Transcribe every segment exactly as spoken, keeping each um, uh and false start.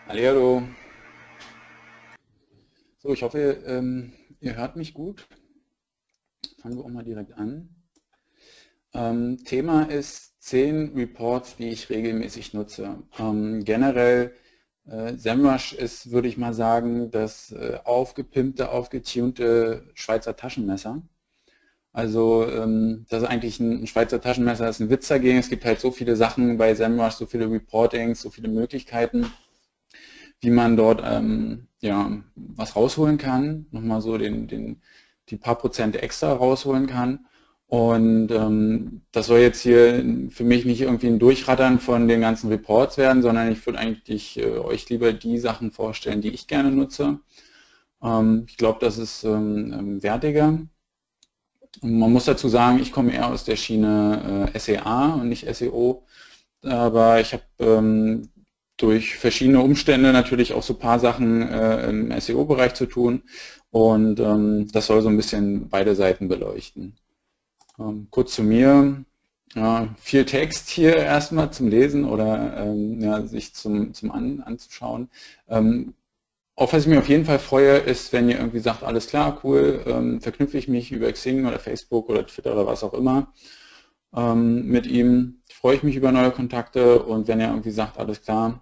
Hallihallo. So, ich hoffe, ähm, ihr hört mich gut. Fangen wir auch mal direkt an. Ähm, Thema ist zehn Reports, die ich regelmäßig nutze. Ähm, generell, äh, SEMrush ist, würde ich mal sagen, das äh, aufgepimpte, aufgetunte Schweizer Taschenmesser. Also ähm, das ist eigentlich ein, ein Schweizer Taschenmesser, das ist ein Witz dagegen. Es gibt halt so viele Sachen bei SEMrush, so viele Reportings, so viele Möglichkeiten, wie man dort ähm, ja, was rausholen kann, nochmal so den, den, die paar Prozent extra rausholen kann. Und ähm, das soll jetzt hier für mich nicht irgendwie ein Durchrattern von den ganzen Reports werden, sondern ich würde eigentlich äh, euch lieber die Sachen vorstellen, die ich gerne nutze. Ähm, ich glaube, das ist ähm, ähm, wertiger. Und man muss dazu sagen, ich komme eher aus der Schiene äh, S E A und nicht S E O. Aber ich habe ähm, durch verschiedene Umstände natürlich auch so ein paar Sachen äh, im S E O-Bereich zu tun und ähm, das soll so ein bisschen beide Seiten beleuchten. Ähm, kurz zu mir. Ja, viel Text hier erstmal zum Lesen oder ähm, ja, sich zum, zum An anzuschauen. Ähm, auf was ich mich auf jeden Fall freue, ist, wenn ihr irgendwie sagt, alles klar, cool, ähm, verknüpfe ich mich über Xing oder Facebook oder Twitter oder was auch immer ähm, mit ihm. Freue ich mich über neue Kontakte und wenn er irgendwie sagt, alles klar,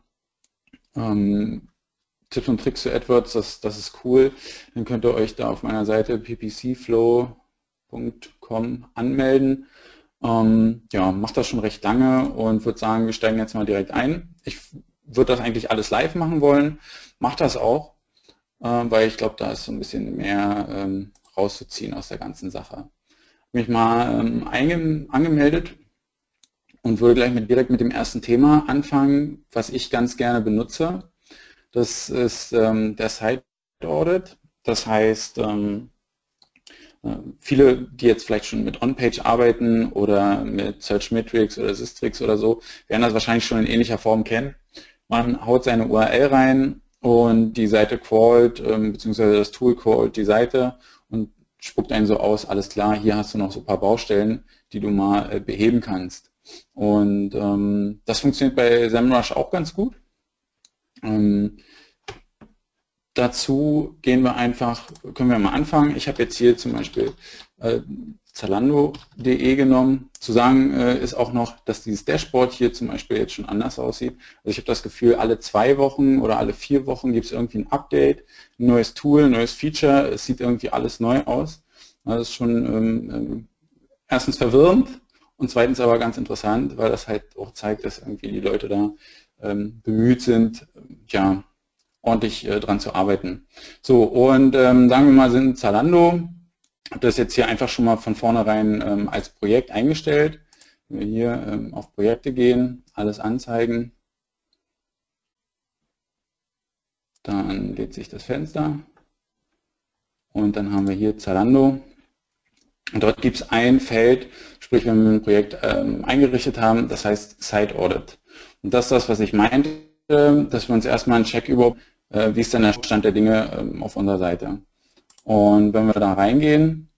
ähm, Tipps und Tricks zu AdWords, das, das ist cool, dann könnt ihr euch da auf meiner Seite p p c flow punkt com anmelden. Ähm, ja, macht das schon recht lange und würde sagen, wir steigen jetzt mal direkt ein. Ich würde das eigentlich alles live machen wollen, mache das auch, äh, weil ich glaube, da ist so ein bisschen mehr ähm, rauszuziehen aus der ganzen Sache. Mich mal ähm, einge angemeldet und würde gleich mit, direkt mit dem ersten Thema anfangen, was ich ganz gerne benutze. Das ist ähm, der Site Audit. Das heißt, ähm, viele, die jetzt vielleicht schon mit On-Page arbeiten oder mit Searchmetrics oder Systrix oder so, werden das wahrscheinlich schon in ähnlicher Form kennen. Man haut seine U R L rein und die Seite crawlt, ähm, beziehungsweise das Tool crawlt die Seite und spuckt einen so aus, alles klar, hier hast du noch so ein paar Baustellen, die du mal äh, beheben kannst. Und ähm, das funktioniert bei SEMrush auch ganz gut. Ähm, dazu gehen wir einfach, können wir mal anfangen. Ich habe jetzt hier zum Beispiel äh, Zalando punkt de genommen. Zu sagen äh, ist auch noch, dass dieses Dashboard hier zum Beispiel jetzt schon anders aussieht. Also ich habe das Gefühl, alle zwei Wochen oder alle vier Wochen gibt es irgendwie ein Update, ein neues Tool, ein neues Feature. Es sieht irgendwie alles neu aus. Das ist schon ähm, ähm, erstens verwirrend und zweitens aber ganz interessant, weil das halt auch zeigt, dass irgendwie die Leute da ähm, bemüht sind, ja, ordentlich äh, dran zu arbeiten. So, und ähm, sagen wir mal, sind Zalando, habe das jetzt hier einfach schon mal von vornherein ähm, als Projekt eingestellt. Wenn wir hier ähm, auf Projekte gehen, alles anzeigen, dann lädt sich das Fenster und dann haben wir hier Zalando. Und dort gibt es ein Feld, sprich wenn wir ein Projekt ähm, eingerichtet haben, das heißt Site Audit. Und das ist das, was ich meinte, dass wir uns erstmal einen Check überhaupt, äh, wie ist denn der Stand der Dinge ähm, auf unserer Seite. Und wenn wir da reingehen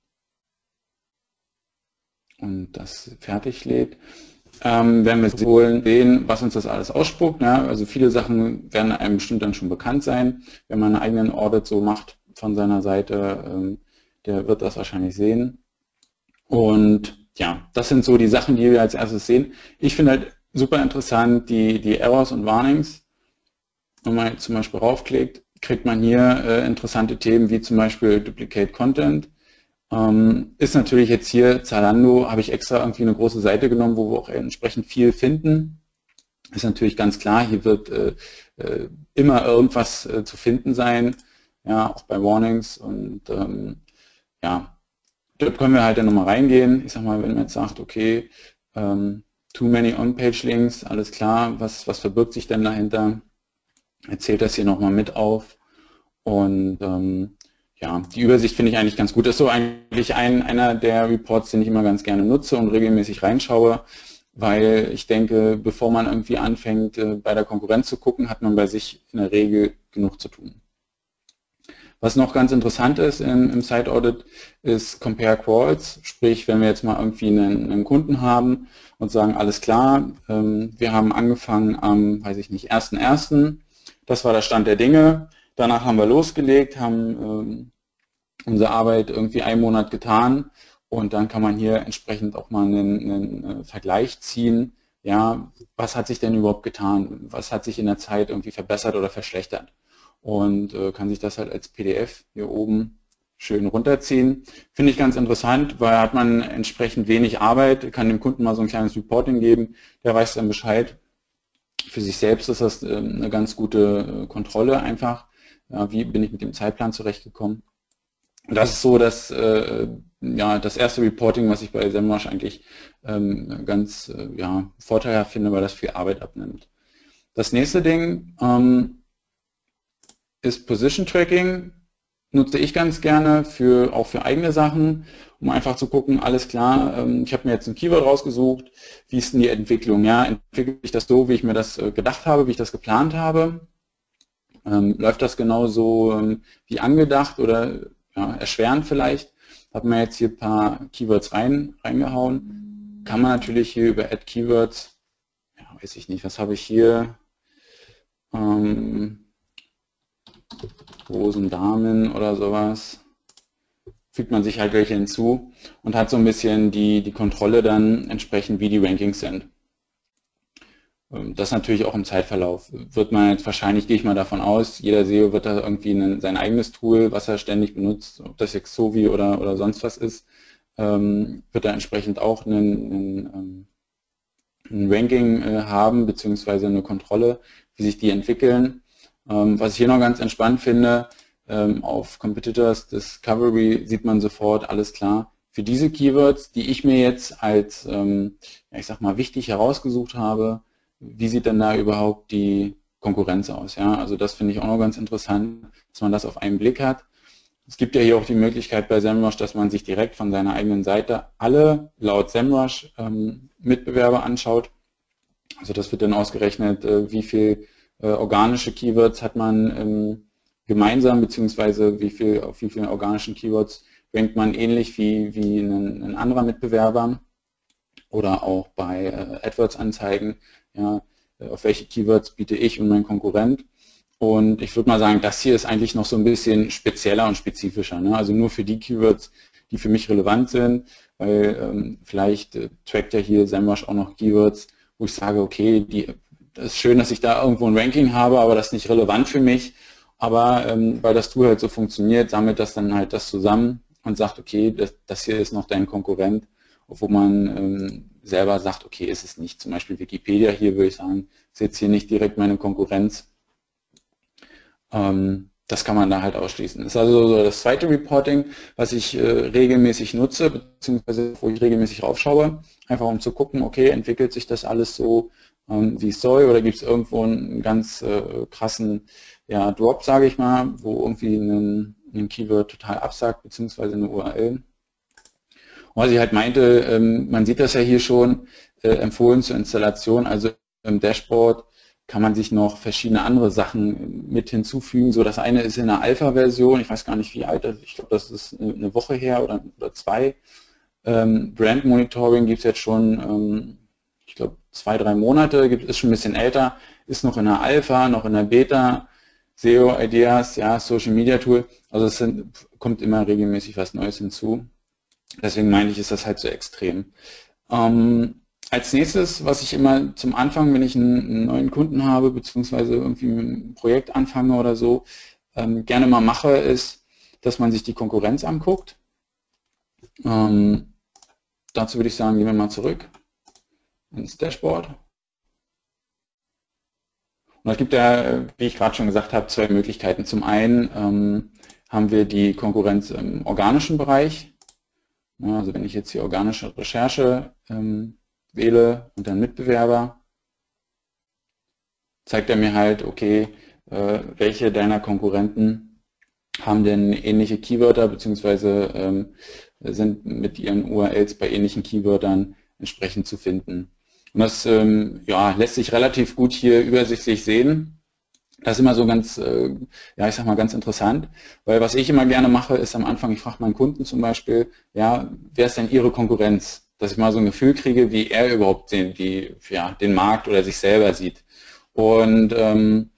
und das fertig lädt, ähm, werden wir wohl sehen, was uns das alles ausspuckt. Ja? Also viele Sachen werden einem bestimmt dann schon bekannt sein. Wenn man einen eigenen Audit so macht von seiner Seite, ähm, der wird das wahrscheinlich sehen. Und ja, das sind so die Sachen, die wir als erstes sehen. Ich finde halt super interessant die, die Errors und Warnings. Wenn man jetzt zum Beispiel raufklickt, kriegt man hier äh, interessante Themen wie zum Beispiel Duplicate Content. Ähm, ist natürlich jetzt hier Zalando, habe ich extra irgendwie eine große Seite genommen, wo wir auch entsprechend viel finden. Ist natürlich ganz klar, hier wird äh, äh, immer irgendwas äh, zu finden sein, ja, auch bei Warnings und ähm, ja, dort können wir halt dann nochmal reingehen. Ich sag mal, wenn man jetzt sagt, okay, ähm, too many On-Page-Links, alles klar, was, was verbirgt sich denn dahinter? Erzählt das hier nochmal mit auf. Und ähm, ja, die Übersicht finde ich eigentlich ganz gut. Das ist so eigentlich ein, einer der Reports, den ich immer ganz gerne nutze und regelmäßig reinschaue, weil ich denke, bevor man irgendwie anfängt, äh, bei der Konkurrenz zu gucken, hat man bei sich in der Regel genug zu tun. Was noch ganz interessant ist im, im Site Audit ist Compare Quals, sprich, wenn wir jetzt mal irgendwie einen, einen Kunden haben und sagen, alles klar, ähm, wir haben angefangen am, weiß ich nicht, ersten ersten Das war der Stand der Dinge. Danach haben wir losgelegt, haben ähm, unsere Arbeit irgendwie einen Monat getan und dann kann man hier entsprechend auch mal einen, einen Vergleich ziehen. Ja, was hat sich denn überhaupt getan? Was hat sich in der Zeit irgendwie verbessert oder verschlechtert? Und äh, kann sich das halt als P D F hier oben schön runterziehen. Finde ich ganz interessant, weil hat man entsprechend wenig Arbeit, kann dem Kunden mal so ein kleines Reporting geben, der weiß dann Bescheid. Für sich selbst ist das äh, eine ganz gute äh, Kontrolle einfach. Ja, wie bin ich mit dem Zeitplan zurechtgekommen? Und das ist so das, äh, ja, das erste Reporting, was ich bei SEMrush eigentlich ähm, ganz äh, ja, vorteilhaft finde, weil das viel Arbeit abnimmt. Das nächste Ding ähm, ist Position Tracking. Nutze ich ganz gerne, für, auch für eigene Sachen, um einfach zu gucken, alles klar, ähm, ich habe mir jetzt ein Keyword rausgesucht, wie ist denn die Entwicklung? Ja, entwickle ich das so, wie ich mir das äh, gedacht habe, wie ich das geplant habe? Ähm, läuft das genauso ähm, wie angedacht oder ja, erschwerend vielleicht? Hat man jetzt hier ein paar Keywords rein, reingehauen. Kann man natürlich hier über Add Keywords, ja, weiß ich nicht, was habe ich hier? Ähm, Rosen, Damen oder sowas. Fügt man sich halt welche hinzu und hat so ein bisschen die, die Kontrolle dann entsprechend, wie die Rankings sind. Das natürlich auch im Zeitverlauf. Wird man jetzt wahrscheinlich, gehe ich mal davon aus, jeder S E O wird da irgendwie ein, sein eigenes Tool, was er ständig benutzt, ob das jetzt Xovi oder, oder sonst was ist, ähm, wird da entsprechend auch einen, einen, ein Ranking äh, haben, beziehungsweise eine Kontrolle, wie sich die entwickeln. Ähm, was ich hier noch ganz entspannt finde, ähm, auf Competitors Discovery sieht man sofort, alles klar, für diese Keywords, die ich mir jetzt als, ähm, ja, ich sag mal, wichtig herausgesucht habe, wie sieht denn da überhaupt die Konkurrenz aus? Ja, also das finde ich auch noch ganz interessant, dass man das auf einen Blick hat. Es gibt ja hier auch die Möglichkeit bei SEMrush, dass man sich direkt von seiner eigenen Seite alle laut SEMrush ähm, Mitbewerber anschaut. Also das wird dann ausgerechnet, äh, wie viel äh, organische Keywords hat man ähm, gemeinsam, beziehungsweise wie viel, auf wie vielen organischen Keywords rankt man ähnlich wie, wie ein, ein anderer Mitbewerber. Oder auch bei äh, AdWords-Anzeigen, ja, auf welche Keywords biete ich und mein Konkurrent. Und ich würde mal sagen, das hier ist eigentlich noch so ein bisschen spezieller und spezifischer. Ne? Also nur für die Keywords, die für mich relevant sind, weil ähm, vielleicht äh, trackt ja hier SEMrush auch noch Keywords, wo ich sage, okay, die, das ist schön, dass ich da irgendwo ein Ranking habe, aber das ist nicht relevant für mich. Aber ähm, weil das Tool halt so funktioniert, sammelt das dann halt das zusammen und sagt, okay, das, das hier ist noch dein Konkurrent, wo man ähm, selber sagt, okay, ist es nicht. Zum Beispiel Wikipedia hier würde ich sagen, ist jetzt hier nicht direkt meine Konkurrenz. Ähm, das kann man da halt ausschließen. Das ist also so das zweite Reporting, was ich äh, regelmäßig nutze, beziehungsweise wo ich regelmäßig raufschaue, einfach um zu gucken, okay, entwickelt sich das alles so, ähm, wie es soll, oder gibt es irgendwo einen ganz äh, krassen ja, Drop, sage ich mal, wo irgendwie ein, ein Keyword total absagt, beziehungsweise eine U R L. Was ich halt meinte, ähm, man sieht das ja hier schon, äh, empfohlen zur Installation, also im Dashboard kann man sich noch verschiedene andere Sachen mit hinzufügen. So, das eine ist in der Alpha-Version, ich weiß gar nicht wie alt, ich glaube das ist eine Woche her oder, oder zwei. Ähm, Brand Monitoring gibt es jetzt schon, ähm, ich glaube zwei, drei Monate, gibt, ist schon ein bisschen älter, ist noch in der Alpha, noch in der Beta. S E O Ideas, ja, Social Media Tool, also es sind, kommt immer regelmäßig was Neues hinzu. Deswegen meine ich, ist das halt so extrem. Ähm, als nächstes, was ich immer zum Anfang, wenn ich einen, einen neuen Kunden habe, beziehungsweise irgendwie ein Projekt anfange oder so, ähm, gerne mal mache, ist, dass man sich die Konkurrenz anguckt. Ähm, dazu würde ich sagen, gehen wir mal zurück ins Dashboard. Und es gibt ja, wie ich gerade schon gesagt habe, zwei Möglichkeiten. Zum einen ähm, haben wir die Konkurrenz im organischen Bereich. Ja, also wenn ich jetzt die organische Recherche ähm, wähle und dann Mitbewerber, zeigt er mir halt, okay, äh, welche deiner Konkurrenten haben denn ähnliche Keywörter, beziehungsweise ähm, sind mit ihren U R Ls bei ähnlichen Keywörtern entsprechend zu finden. Und das ähm, ja, lässt sich relativ gut hier übersichtlich sehen. Das ist immer so ganz, äh, ja, ich sag mal ganz interessant, weil was ich immer gerne mache, ist am Anfang, ich frage meinen Kunden zum Beispiel, ja, wer ist denn Ihre Konkurrenz? Dass ich mal so ein Gefühl kriege, wie er überhaupt den, die, ja, den Markt oder sich selber sieht. Und ähm,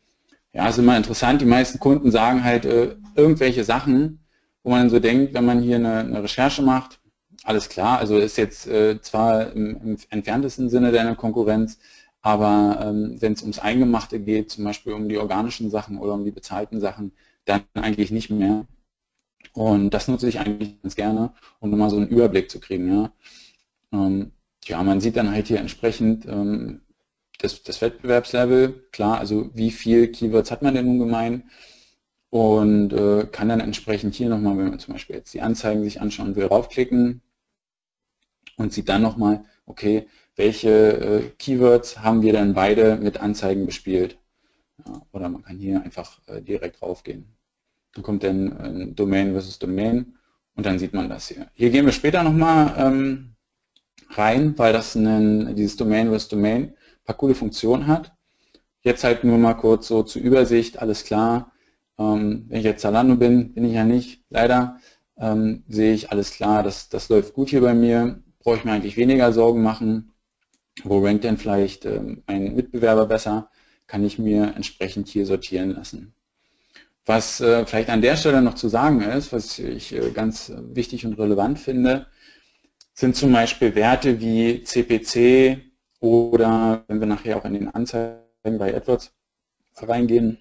Ja, ist immer interessant, die meisten Kunden sagen halt äh, irgendwelche Sachen, wo man so denkt, wenn man hier eine, eine Recherche macht, alles klar, also ist jetzt äh, zwar im, im entferntesten Sinne deine Konkurrenz, aber ähm, wenn es ums Eingemachte geht, zum Beispiel um die organischen Sachen oder um die bezahlten Sachen, dann eigentlich nicht mehr. Und das nutze ich eigentlich ganz gerne, um nochmal so einen Überblick zu kriegen. Ja, ähm, ja man sieht dann halt hier entsprechend ähm, das, das Wettbewerbslevel, klar, also wie viel Keywords hat man denn nun gemein, und äh, kann dann entsprechend hier nochmal, wenn man zum Beispiel jetzt die Anzeigen sich anschauen will, raufklicken und sieht dann nochmal, okay, welche äh, Keywords haben wir dann beide mit Anzeigen bespielt. Ja, oder man kann hier einfach äh, direkt raufgehen. Dann kommt dann äh, Domain versus Domain und dann sieht man das hier. Hier gehen wir später nochmal ähm, rein, weil das ein, dieses Domain versus Domain ein paar coole Funktionen hat. Jetzt halt nur mal kurz so zur Übersicht, alles klar. Ähm, wenn ich jetzt Zalando bin, bin ich ja nicht, leider, ähm, sehe ich alles klar, das, das läuft gut hier bei mir, brauche ich mir eigentlich weniger Sorgen machen. Wo rankt denn vielleicht ähm, ein Mitbewerber besser, kann ich mir entsprechend hier sortieren lassen. Was äh, vielleicht an der Stelle noch zu sagen ist, was ich äh, ganz wichtig und relevant finde, sind zum Beispiel Werte wie C P C oder, wenn wir nachher auch in den Anzeigen bei AdWords reingehen,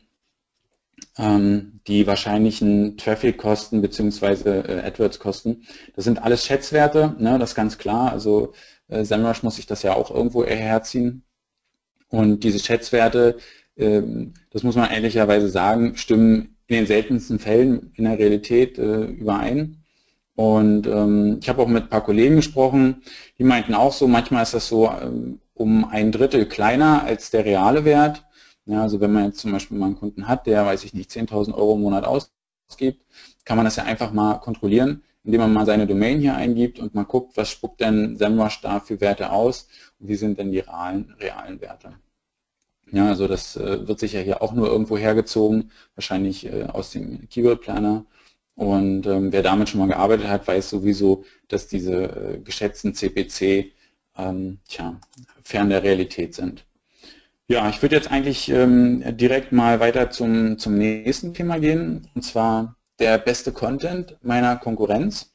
ähm, die wahrscheinlichen Traffic-Kosten bzw. äh, AdWords-Kosten. Das sind alles Schätzwerte, ne, das ist ganz klar. Also äh, SEMrush muss sich das ja auch irgendwo herziehen. Und diese Schätzwerte, ähm, das muss man ehrlicherweise sagen, stimmen in den seltensten Fällen in der Realität äh, überein. Und ähm, ich habe auch mit ein paar Kollegen gesprochen, die meinten auch so, manchmal ist das so ähm, um ein Drittel kleiner als der reale Wert. Ja, also wenn man jetzt zum Beispiel mal einen Kunden hat, der, weiß ich nicht, zehntausend Euro im Monat ausgibt, kann man das ja einfach mal kontrollieren, indem man mal seine Domain hier eingibt und mal guckt, was spuckt denn SEMrush da für Werte aus und wie sind denn die realen, realen Werte. Ja, also das äh, wird sicher hier auch nur irgendwo hergezogen, wahrscheinlich äh, aus dem Keyword Planner. Und ähm, wer damit schon mal gearbeitet hat, weiß sowieso, dass diese äh, geschätzten C P C ähm, tja, fern der Realität sind. Ja, ich würde jetzt eigentlich ähm, direkt mal weiter zum, zum nächsten Thema gehen, und zwar der beste Content meiner Konkurrenz.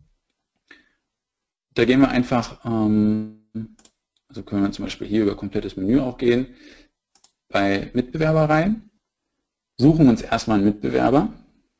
Da gehen wir einfach, ähm, also können wir zum Beispiel hier über komplettes Menü auch gehen, bei Mitbewerber rein, suchen uns erstmal einen Mitbewerber.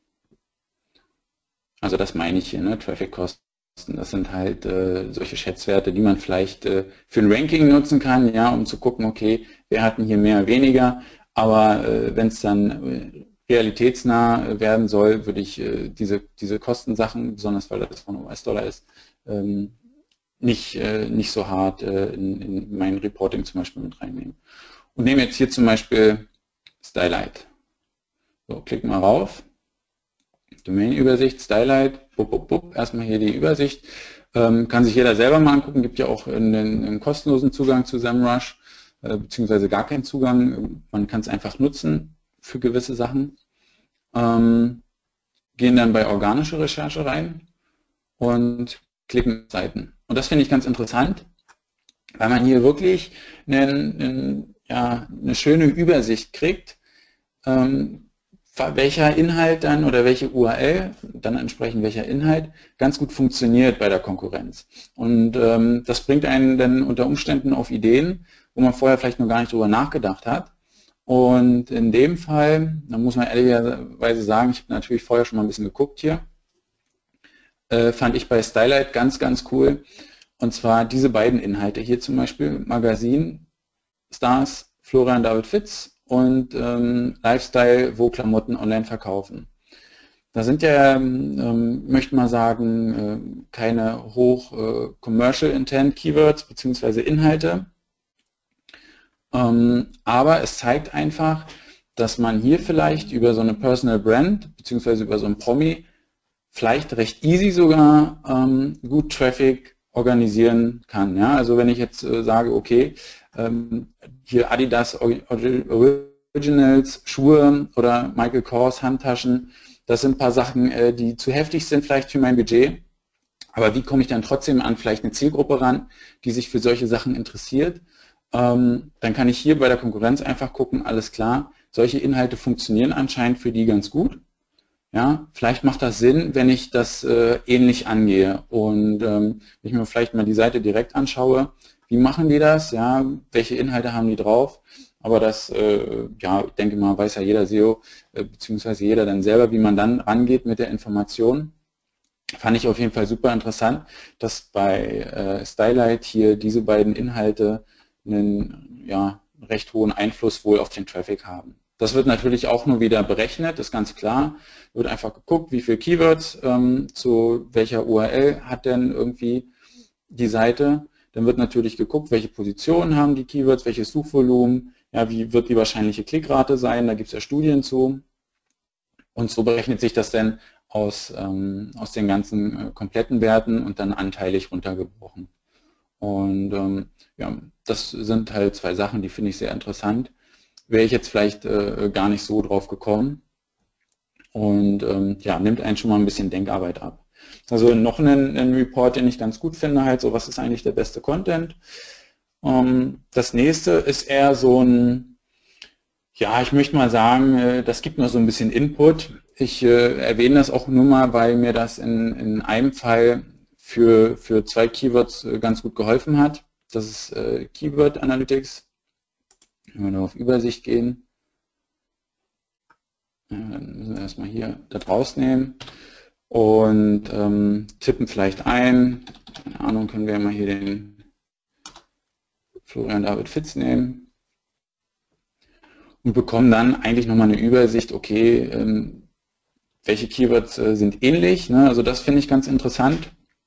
Also das meine ich hier, ne? Traffic-Kosten, das sind halt äh, solche Schätzwerte, die man vielleicht äh, für ein Ranking nutzen kann, ja, um zu gucken, okay, wer hat denn hier mehr, weniger, aber äh, wenn es dann äh, realitätsnah werden soll, würde ich äh, diese, diese Kostensachen, besonders weil das von U S-Dollar ist, ähm, nicht, äh, nicht so hart äh, in, in mein Reporting zum Beispiel mit reinnehmen. Und nehmen jetzt hier zum Beispiel Stylight. So, klicken wir rauf. Domain-Übersicht, Stylight, bup, bup, bup, erstmal hier die Übersicht. Ähm, kann sich jeder selber mal angucken, gibt ja auch einen, einen kostenlosen Zugang zu SEMrush, äh, beziehungsweise gar keinen Zugang. Man kann es einfach nutzen für gewisse Sachen. Ähm, gehen dann bei organische Recherche rein und klicken Seiten. Und das finde ich ganz interessant, weil man hier wirklich einen, einen, ja, eine schöne Übersicht kriegt, ähm, welcher Inhalt dann oder welche U R L, dann entsprechend welcher Inhalt, ganz gut funktioniert bei der Konkurrenz. Und ähm, das bringt einen dann unter Umständen auf Ideen, wo man vorher vielleicht noch gar nicht drüber nachgedacht hat. Und in dem Fall, da muss man ehrlicherweise sagen, ich habe natürlich vorher schon mal ein bisschen geguckt hier, äh, fand ich bei Stylight ganz, ganz cool. Und zwar diese beiden Inhalte hier zum Beispiel, Magazin, Stars, Florian David Fitz, und ähm, Lifestyle, wo Klamotten online verkaufen. Da sind ja, ähm, möchte man sagen, äh, keine hoch äh, Commercial Intent Keywords bzw. Inhalte, ähm, aber es zeigt einfach, dass man hier vielleicht über so eine Personal Brand bzw. über so ein Promi vielleicht recht easy sogar ähm, gut Traffic organisieren kann. Ja? Also wenn ich jetzt äh, sage, okay, ähm, hier Adidas Originals, Schuhe oder Michael Kors Handtaschen, das sind ein paar Sachen, äh, die zu heftig sind vielleicht für mein Budget, aber wie komme ich dann trotzdem an vielleicht eine Zielgruppe ran, die sich für solche Sachen interessiert? Ähm, dann kann ich hier bei der Konkurrenz einfach gucken, alles klar, solche Inhalte funktionieren anscheinend für die ganz gut. Ja, vielleicht macht das Sinn, wenn ich das äh, ähnlich angehe und ähm, wenn ich mir vielleicht mal die Seite direkt anschaue, wie machen die das, ja, welche Inhalte haben die drauf, aber das, äh, ja, ich denke mal, weiß ja jeder S E O, äh, beziehungsweise jeder dann selber, wie man dann rangeht mit der Information. Fand ich auf jeden Fall super interessant, dass bei äh, Stylight hier diese beiden Inhalte einen ja, recht hohen Einfluss wohl auf den Traffic haben. Das wird natürlich auch nur wieder berechnet, ist ganz klar. Wird einfach geguckt, wie viele Keywords ähm, zu welcher U R L hat denn irgendwie die Seite. Dann wird natürlich geguckt, welche Positionen haben die Keywords, welches Suchvolumen, ja, wie wird die wahrscheinliche Klickrate sein, da gibt es ja Studien zu. Und so berechnet sich das dann aus, ähm, aus den ganzen äh, kompletten Werten und dann anteilig runtergebrochen. Und ähm, ja, das sind halt zwei Sachen, die finde ich sehr interessant. Wäre ich jetzt vielleicht äh, gar nicht so drauf gekommen und ähm, ja, nimmt einen schon mal ein bisschen Denkarbeit ab. Also noch einen, einen Report, den ich ganz gut finde, halt so, was ist eigentlich der beste Content. Ähm, das nächste ist eher so ein, ja, ich möchte mal sagen, äh, das gibt mir so ein bisschen Input. Ich äh, erwähne das auch nur mal, weil mir das in, in einem Fall für, für zwei Keywords äh, ganz gut geholfen hat. Das ist äh, Keyword Analytics. Wenn wir auf Übersicht gehen, dann müssen wir erstmal hier das rausnehmen und ähm, tippen vielleicht ein. Keine Ahnung, können wir mal hier den Florian David Fitz nehmen und bekommen dann eigentlich nochmal eine Übersicht, okay, ähm, welche Keywords äh, sind ähnlich. Ne? Also das finde ich ganz interessant.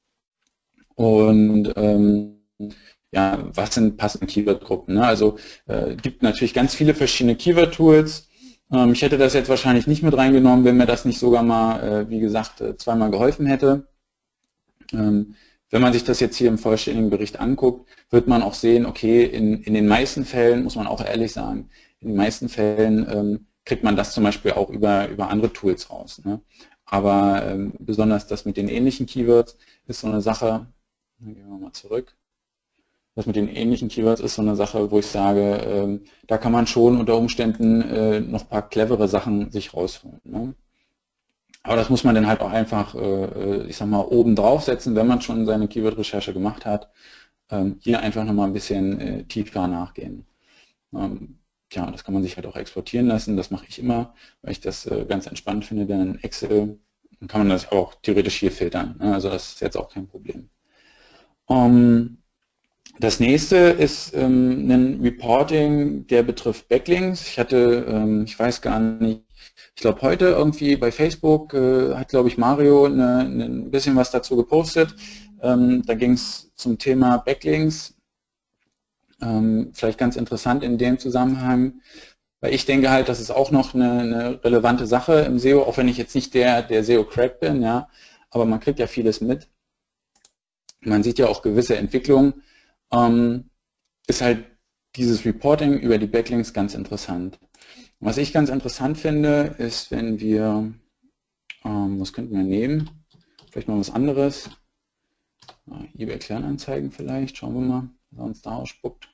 Und ähm, ja, was sind passende Keyword-Gruppen? Ne? Also äh, gibt natürlich ganz viele verschiedene Keyword-Tools. Ähm, ich hätte das jetzt wahrscheinlich nicht mit reingenommen, wenn mir das nicht sogar mal, äh, wie gesagt, äh, zweimal geholfen hätte. Ähm, wenn man sich das jetzt hier im vollständigen Bericht anguckt, wird man auch sehen, okay, in, in den meisten Fällen, muss man auch ehrlich sagen, in den meisten Fällen ähm, kriegt man das zum Beispiel auch über, über andere Tools raus. Ne? Aber ähm, besonders das mit den ähnlichen Keywords ist so eine Sache, dann gehen wir mal zurück. Das mit den ähnlichen Keywords ist so eine Sache, wo ich sage, ähm, da kann man schon unter Umständen äh, noch ein paar clevere Sachen sich rausholen. Ne? Aber das muss man dann halt auch einfach, äh, ich sag mal, oben draufsetzen, wenn man schon seine Keyword-Recherche gemacht hat. Ähm, hier einfach nochmal ein bisschen äh, tiefer nachgehen. Ähm, tja, das kann man sich halt auch exportieren lassen. Das mache ich immer, weil ich das äh, ganz entspannt finde, denn in Excel kann man das auch theoretisch hier filtern. Ne? Also das ist jetzt auch kein Problem. Um, Das nächste ist ähm, ein Reporting, der betrifft Backlinks. Ich hatte, ähm, ich weiß gar nicht, ich glaube heute irgendwie bei Facebook äh, hat, glaube ich, Mario eine, eine, ein bisschen was dazu gepostet. Ähm, da ging es zum Thema Backlinks. Ähm, vielleicht ganz interessant in dem Zusammenhang, weil ich denke halt, das ist auch noch eine, eine relevante Sache im S E O, auch wenn ich jetzt nicht der, der S E O-Crack bin, ja, aber man kriegt ja vieles mit. Man sieht ja auch gewisse Entwicklungen. Ähm, ist halt dieses Reporting über die Backlinks ganz interessant. Was ich ganz interessant finde, ist, wenn wir, ähm, was könnten wir nehmen? Vielleicht mal was anderes. Äh, eBay Kleinanzeigen vielleicht, schauen wir mal, was uns da ausspuckt.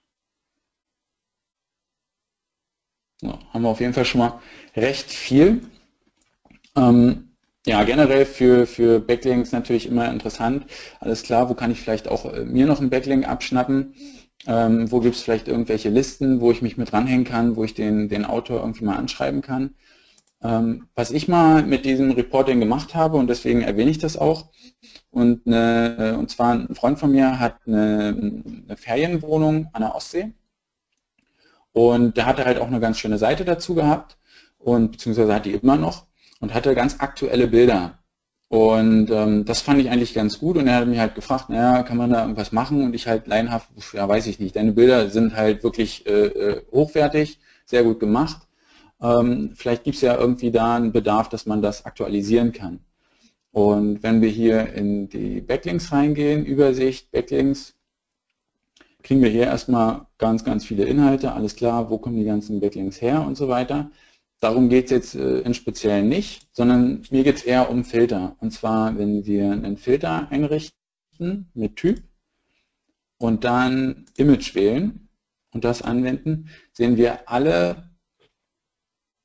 So, haben wir auf jeden Fall schon mal recht viel. Ähm, ja, generell für, für Backlinks natürlich immer interessant. Alles klar, wo kann ich vielleicht auch äh, mir noch einen Backlink abschnappen? Ähm, wo gibt es vielleicht irgendwelche Listen, wo ich mich mit dranhängen kann, wo ich den, den Autor irgendwie mal anschreiben kann? Ähm, was ich mal mit diesem Reporting gemacht habe, und deswegen erwähne ich das auch, und, eine, und zwar ein Freund von mir hat eine, eine Ferienwohnung an der Ostsee und der hatte halt auch eine ganz schöne Seite dazu gehabt und beziehungsweise hat die immer noch und hatte ganz aktuelle Bilder. Und ähm, das fand ich eigentlich ganz gut und er hat mich halt gefragt, naja, kann man da irgendwas machen? Und ich halt laienhaft, ja, weiß ich nicht. Deine Bilder sind halt wirklich äh, hochwertig, sehr gut gemacht. Ähm, vielleicht gibt es ja irgendwie da einen Bedarf, dass man das aktualisieren kann. Und wenn wir hier in die Backlinks reingehen, Übersicht, Backlinks, kriegen wir hier erstmal ganz, ganz viele Inhalte, alles klar, wo kommen die ganzen Backlinks her und so weiter. Darum geht es jetzt äh, im Speziellen nicht, sondern mir geht es eher um Filter. Und zwar, wenn wir einen Filter einrichten mit Typ und dann Image wählen und das anwenden, sehen wir alle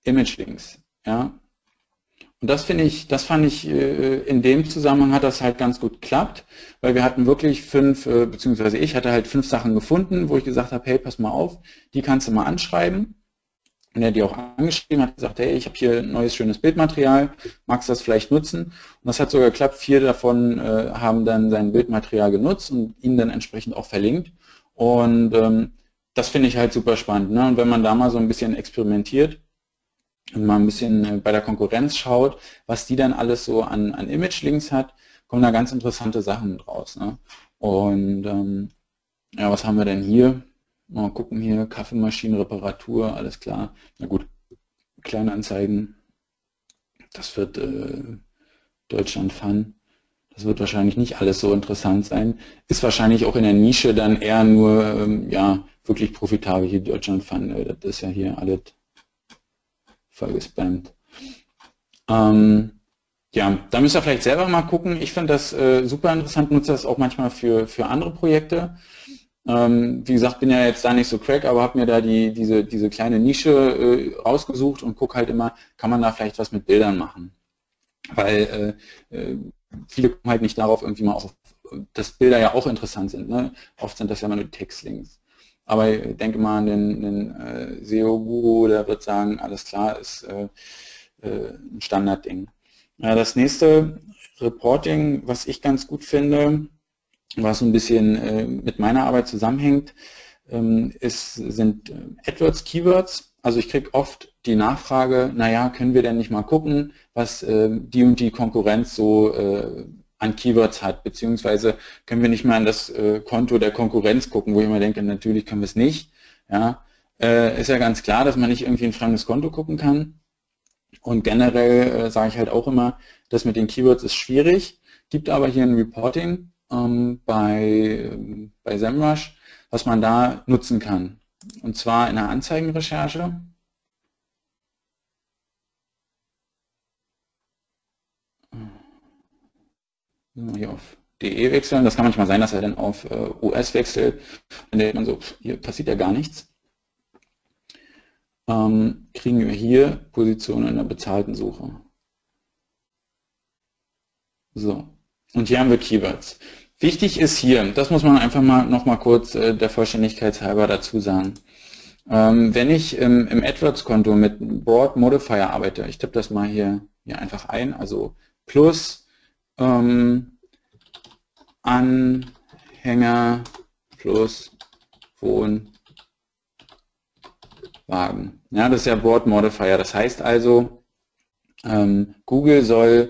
Image-Links. Ja? Und das finde ich, das fand ich, in dem Zusammenhang hat das halt ganz gut geklappt, weil wir hatten wirklich fünf, beziehungsweise ich hatte halt fünf Sachen gefunden, wo ich gesagt habe, hey, pass mal auf, die kannst du mal anschreiben. Und er hat die auch angeschrieben, hat gesagt, hey, ich habe hier ein neues, schönes Bildmaterial, magst du das vielleicht nutzen? Und das hat sogar geklappt, vier davon äh, haben dann sein Bildmaterial genutzt und ihn dann entsprechend auch verlinkt. Und ähm, das finde ich halt super spannend. Ne? Und wenn man da mal so ein bisschen experimentiert und mal ein bisschen bei der Konkurrenz schaut, was die dann alles so an, an Image-Links hat, kommen da ganz interessante Sachen draus. Ne? Und ähm, ja, was haben wir denn hier? Mal gucken hier, Kaffeemaschinenreparatur, alles klar. Na gut, Kleinanzeigen, das wird äh, Deutschland Fun. Das wird wahrscheinlich nicht alles so interessant sein. Ist wahrscheinlich auch in der Nische dann eher nur, ähm, ja, wirklich profitabel hier Deutschland Fun. Äh, das ist ja hier alles voll gespammt. Ähm, ja, da müsst ihr vielleicht selber mal gucken. Ich finde das äh, super interessant, nutze das auch manchmal für, für andere Projekte. Ähm, wie gesagt, bin ja jetzt da nicht so crack, aber habe mir da die, diese, diese kleine Nische äh, rausgesucht und gucke halt immer, kann man da vielleicht was mit Bildern machen. Weil äh, äh, viele kommen halt nicht darauf, irgendwie mal auf, dass Bilder ja auch interessant sind. Ne? Oft sind das ja immer nur Textlinks. Aber ich denke mal an den, den äh, S E O-Guru, der wird sagen, alles klar, ist äh, äh, ein Standardding. Ja, das nächste Reporting, was ich ganz gut finde, was so ein bisschen äh, mit meiner Arbeit zusammenhängt, ähm, ist, sind AdWords-Keywords. Also ich kriege oft die Nachfrage, naja, können wir denn nicht mal gucken, was äh, die und die Konkurrenz so äh, an Keywords hat, beziehungsweise können wir nicht mal an das äh, Konto der Konkurrenz gucken, wo ich immer denke, natürlich können wir es nicht. Ja, äh, ist ja ganz klar, dass man nicht irgendwie ein fremdes Konto gucken kann. Und generell äh, sage ich halt auch immer, das mit den Keywords ist schwierig, gibt aber hier ein Reporting ähm, bei, ähm, bei SEMrush, was man da nutzen kann. Und zwar in der Anzeigenrecherche. Hier auf de wechseln. Das kann manchmal sein, dass er dann auf äh, U S wechselt. Dann denkt man so, hier passiert ja gar nichts. Ähm, kriegen wir hier Positionen in der bezahlten Suche. So. Und hier haben wir Keywords. Wichtig ist hier, das muss man einfach mal noch mal kurz äh, der Vollständigkeit halber dazu sagen. Ähm, wenn ich ähm, im AdWords-Konto mit Broad Modifier arbeite, ich tippe das mal hier, hier einfach ein, also plus ähm, Anhänger plus Wohnwagen. Ja, das ist ja Broad Modifier. Das heißt also, ähm, Google soll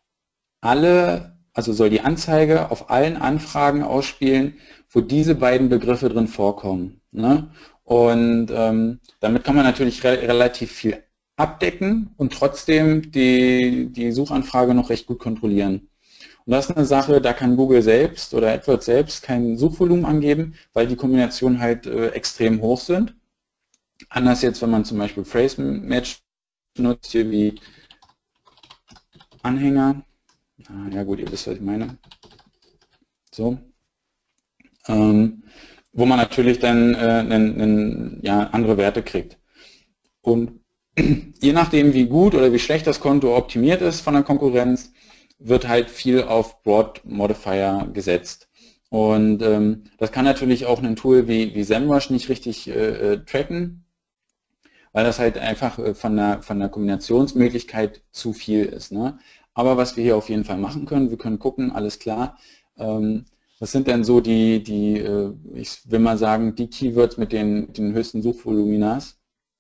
alle, also soll die Anzeige auf allen Anfragen ausspielen, wo diese beiden Begriffe drin vorkommen. Ne? Und ähm, damit kann man natürlich re relativ viel abdecken und trotzdem die, die Suchanfrage noch recht gut kontrollieren. Und das ist eine Sache, da kann Google selbst oder AdWords selbst kein Suchvolumen angeben, weil die Kombinationen halt äh, extrem hoch sind. Anders jetzt, wenn man zum Beispiel Phrase Match nutzt, hier wie Anhänger. Ah, ja gut, ihr wisst, was ich meine. So. Ähm, wo man natürlich dann äh, nen, nen, ja, andere Werte kriegt. Und je nachdem, wie gut oder wie schlecht das Konto optimiert ist von der Konkurrenz, wird halt viel auf Broad Modifier gesetzt. Und ähm, das kann natürlich auch ein Tool wie, wie SEMrush nicht richtig äh, tracken, weil das halt einfach äh, von, der, von der Kombinationsmöglichkeit zu viel ist. Ne? Aber was wir hier auf jeden Fall machen können, wir können gucken, alles klar, ähm, was sind denn so die, die äh, ich will mal sagen, die Keywords mit den, den höchsten Suchvoluminas,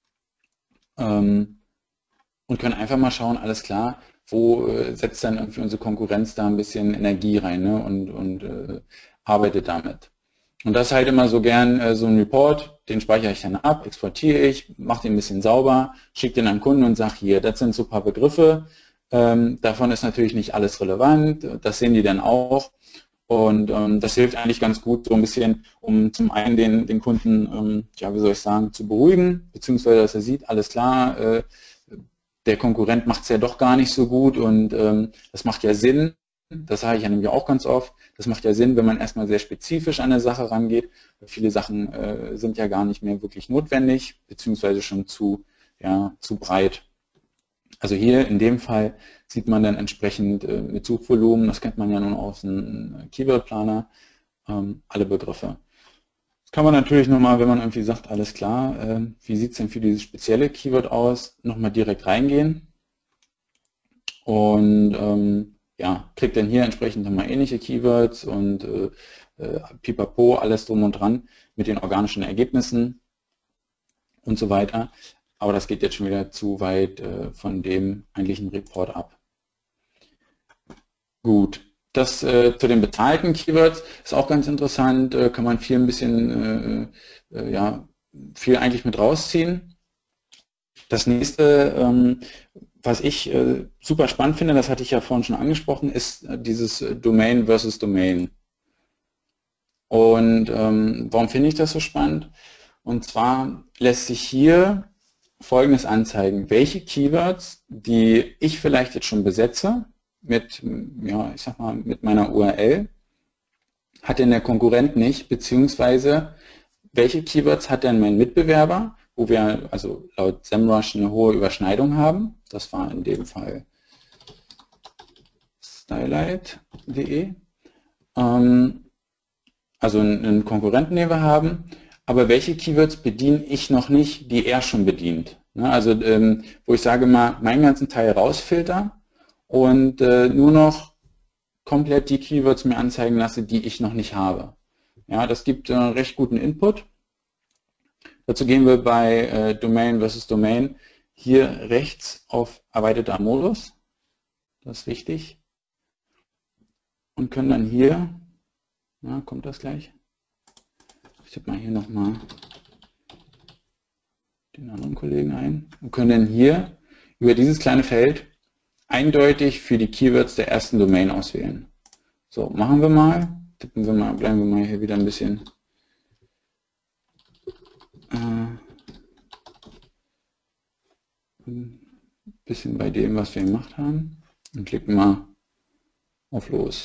ähm, und können einfach mal schauen, alles klar, wo äh, setzt dann irgendwie unsere Konkurrenz da ein bisschen Energie rein, ne, und, und äh, arbeitet damit. Und das ist halt immer so gern äh, so ein Report, den speichere ich dann ab, exportiere ich, mache den ein bisschen sauber, schicke den an den Kunden und sage, hier, das sind so ein paar Begriffe, ähm, davon ist natürlich nicht alles relevant, das sehen die dann auch. Und ähm, das hilft eigentlich ganz gut, so ein bisschen, um zum einen den, den Kunden, ähm, ja, wie soll ich sagen, zu beruhigen, beziehungsweise dass er sieht, alles klar, äh, der Konkurrent macht es ja doch gar nicht so gut und ähm, das macht ja Sinn, das sage ich ja nämlich auch ganz oft, das macht ja Sinn, wenn man erstmal sehr spezifisch an eine Sache rangeht. Viele Sachen äh, sind ja gar nicht mehr wirklich notwendig, beziehungsweise schon zu, ja, zu breit. Also hier in dem Fall sieht man dann entsprechend äh, mit Suchvolumen, das kennt man ja nun aus dem Keyword-Planer, ähm, alle Begriffe. Das kann man natürlich nochmal, wenn man irgendwie sagt, alles klar, äh, wie sieht es denn für dieses spezielle Keyword aus, nochmal direkt reingehen und ähm, ja, kriegt dann hier entsprechend nochmal ähnliche Keywords und äh, äh, pipapo, alles drum und dran mit den organischen Ergebnissen und so weiter. Aber das geht jetzt schon wieder zu weit äh, von dem eigentlichen Report ab. Gut, das äh, zu den bezahlten Keywords ist auch ganz interessant, äh, kann man viel ein bisschen, äh, äh, ja, viel eigentlich mit rausziehen. Das nächste, ähm, was ich äh, super spannend finde, das hatte ich ja vorhin schon angesprochen, ist äh, dieses Domain versus Domain. Und ähm, warum finde ich das so spannend? Und zwar lässt sich hier Folgendes anzeigen: Welche Keywords, die ich vielleicht jetzt schon besetze, mit, ja, ich sag mal, mit meiner U R L, hat denn der Konkurrent nicht, beziehungsweise welche Keywords hat denn mein Mitbewerber, wo wir also laut SEMrush eine hohe Überschneidung haben. Das war in dem Fall stylight punkt de. Ähm, also einen Konkurrenten, den wir haben. Aber welche Keywords bediene ich noch nicht, die er schon bedient? Also ähm, wo ich sage mal, meinen ganzen Teil rausfilter und äh, nur noch komplett die Keywords mir anzeigen lasse, die ich noch nicht habe. Ja, das gibt äh, recht guten Input. Dazu gehen wir bei äh, Domain versus Domain hier rechts auf erweiterter Modus. Das ist wichtig. Und können dann hier, na, kommt das gleich? Ich tippe mal hier nochmal den anderen Kollegen ein und können dann hier über dieses kleine Feld eindeutig für die Keywords der ersten Domain auswählen. So, machen wir mal, tippen wir mal, bleiben wir mal hier wieder ein bisschen äh, ein bisschen bei dem, was wir gemacht haben, und klicken mal auf Los.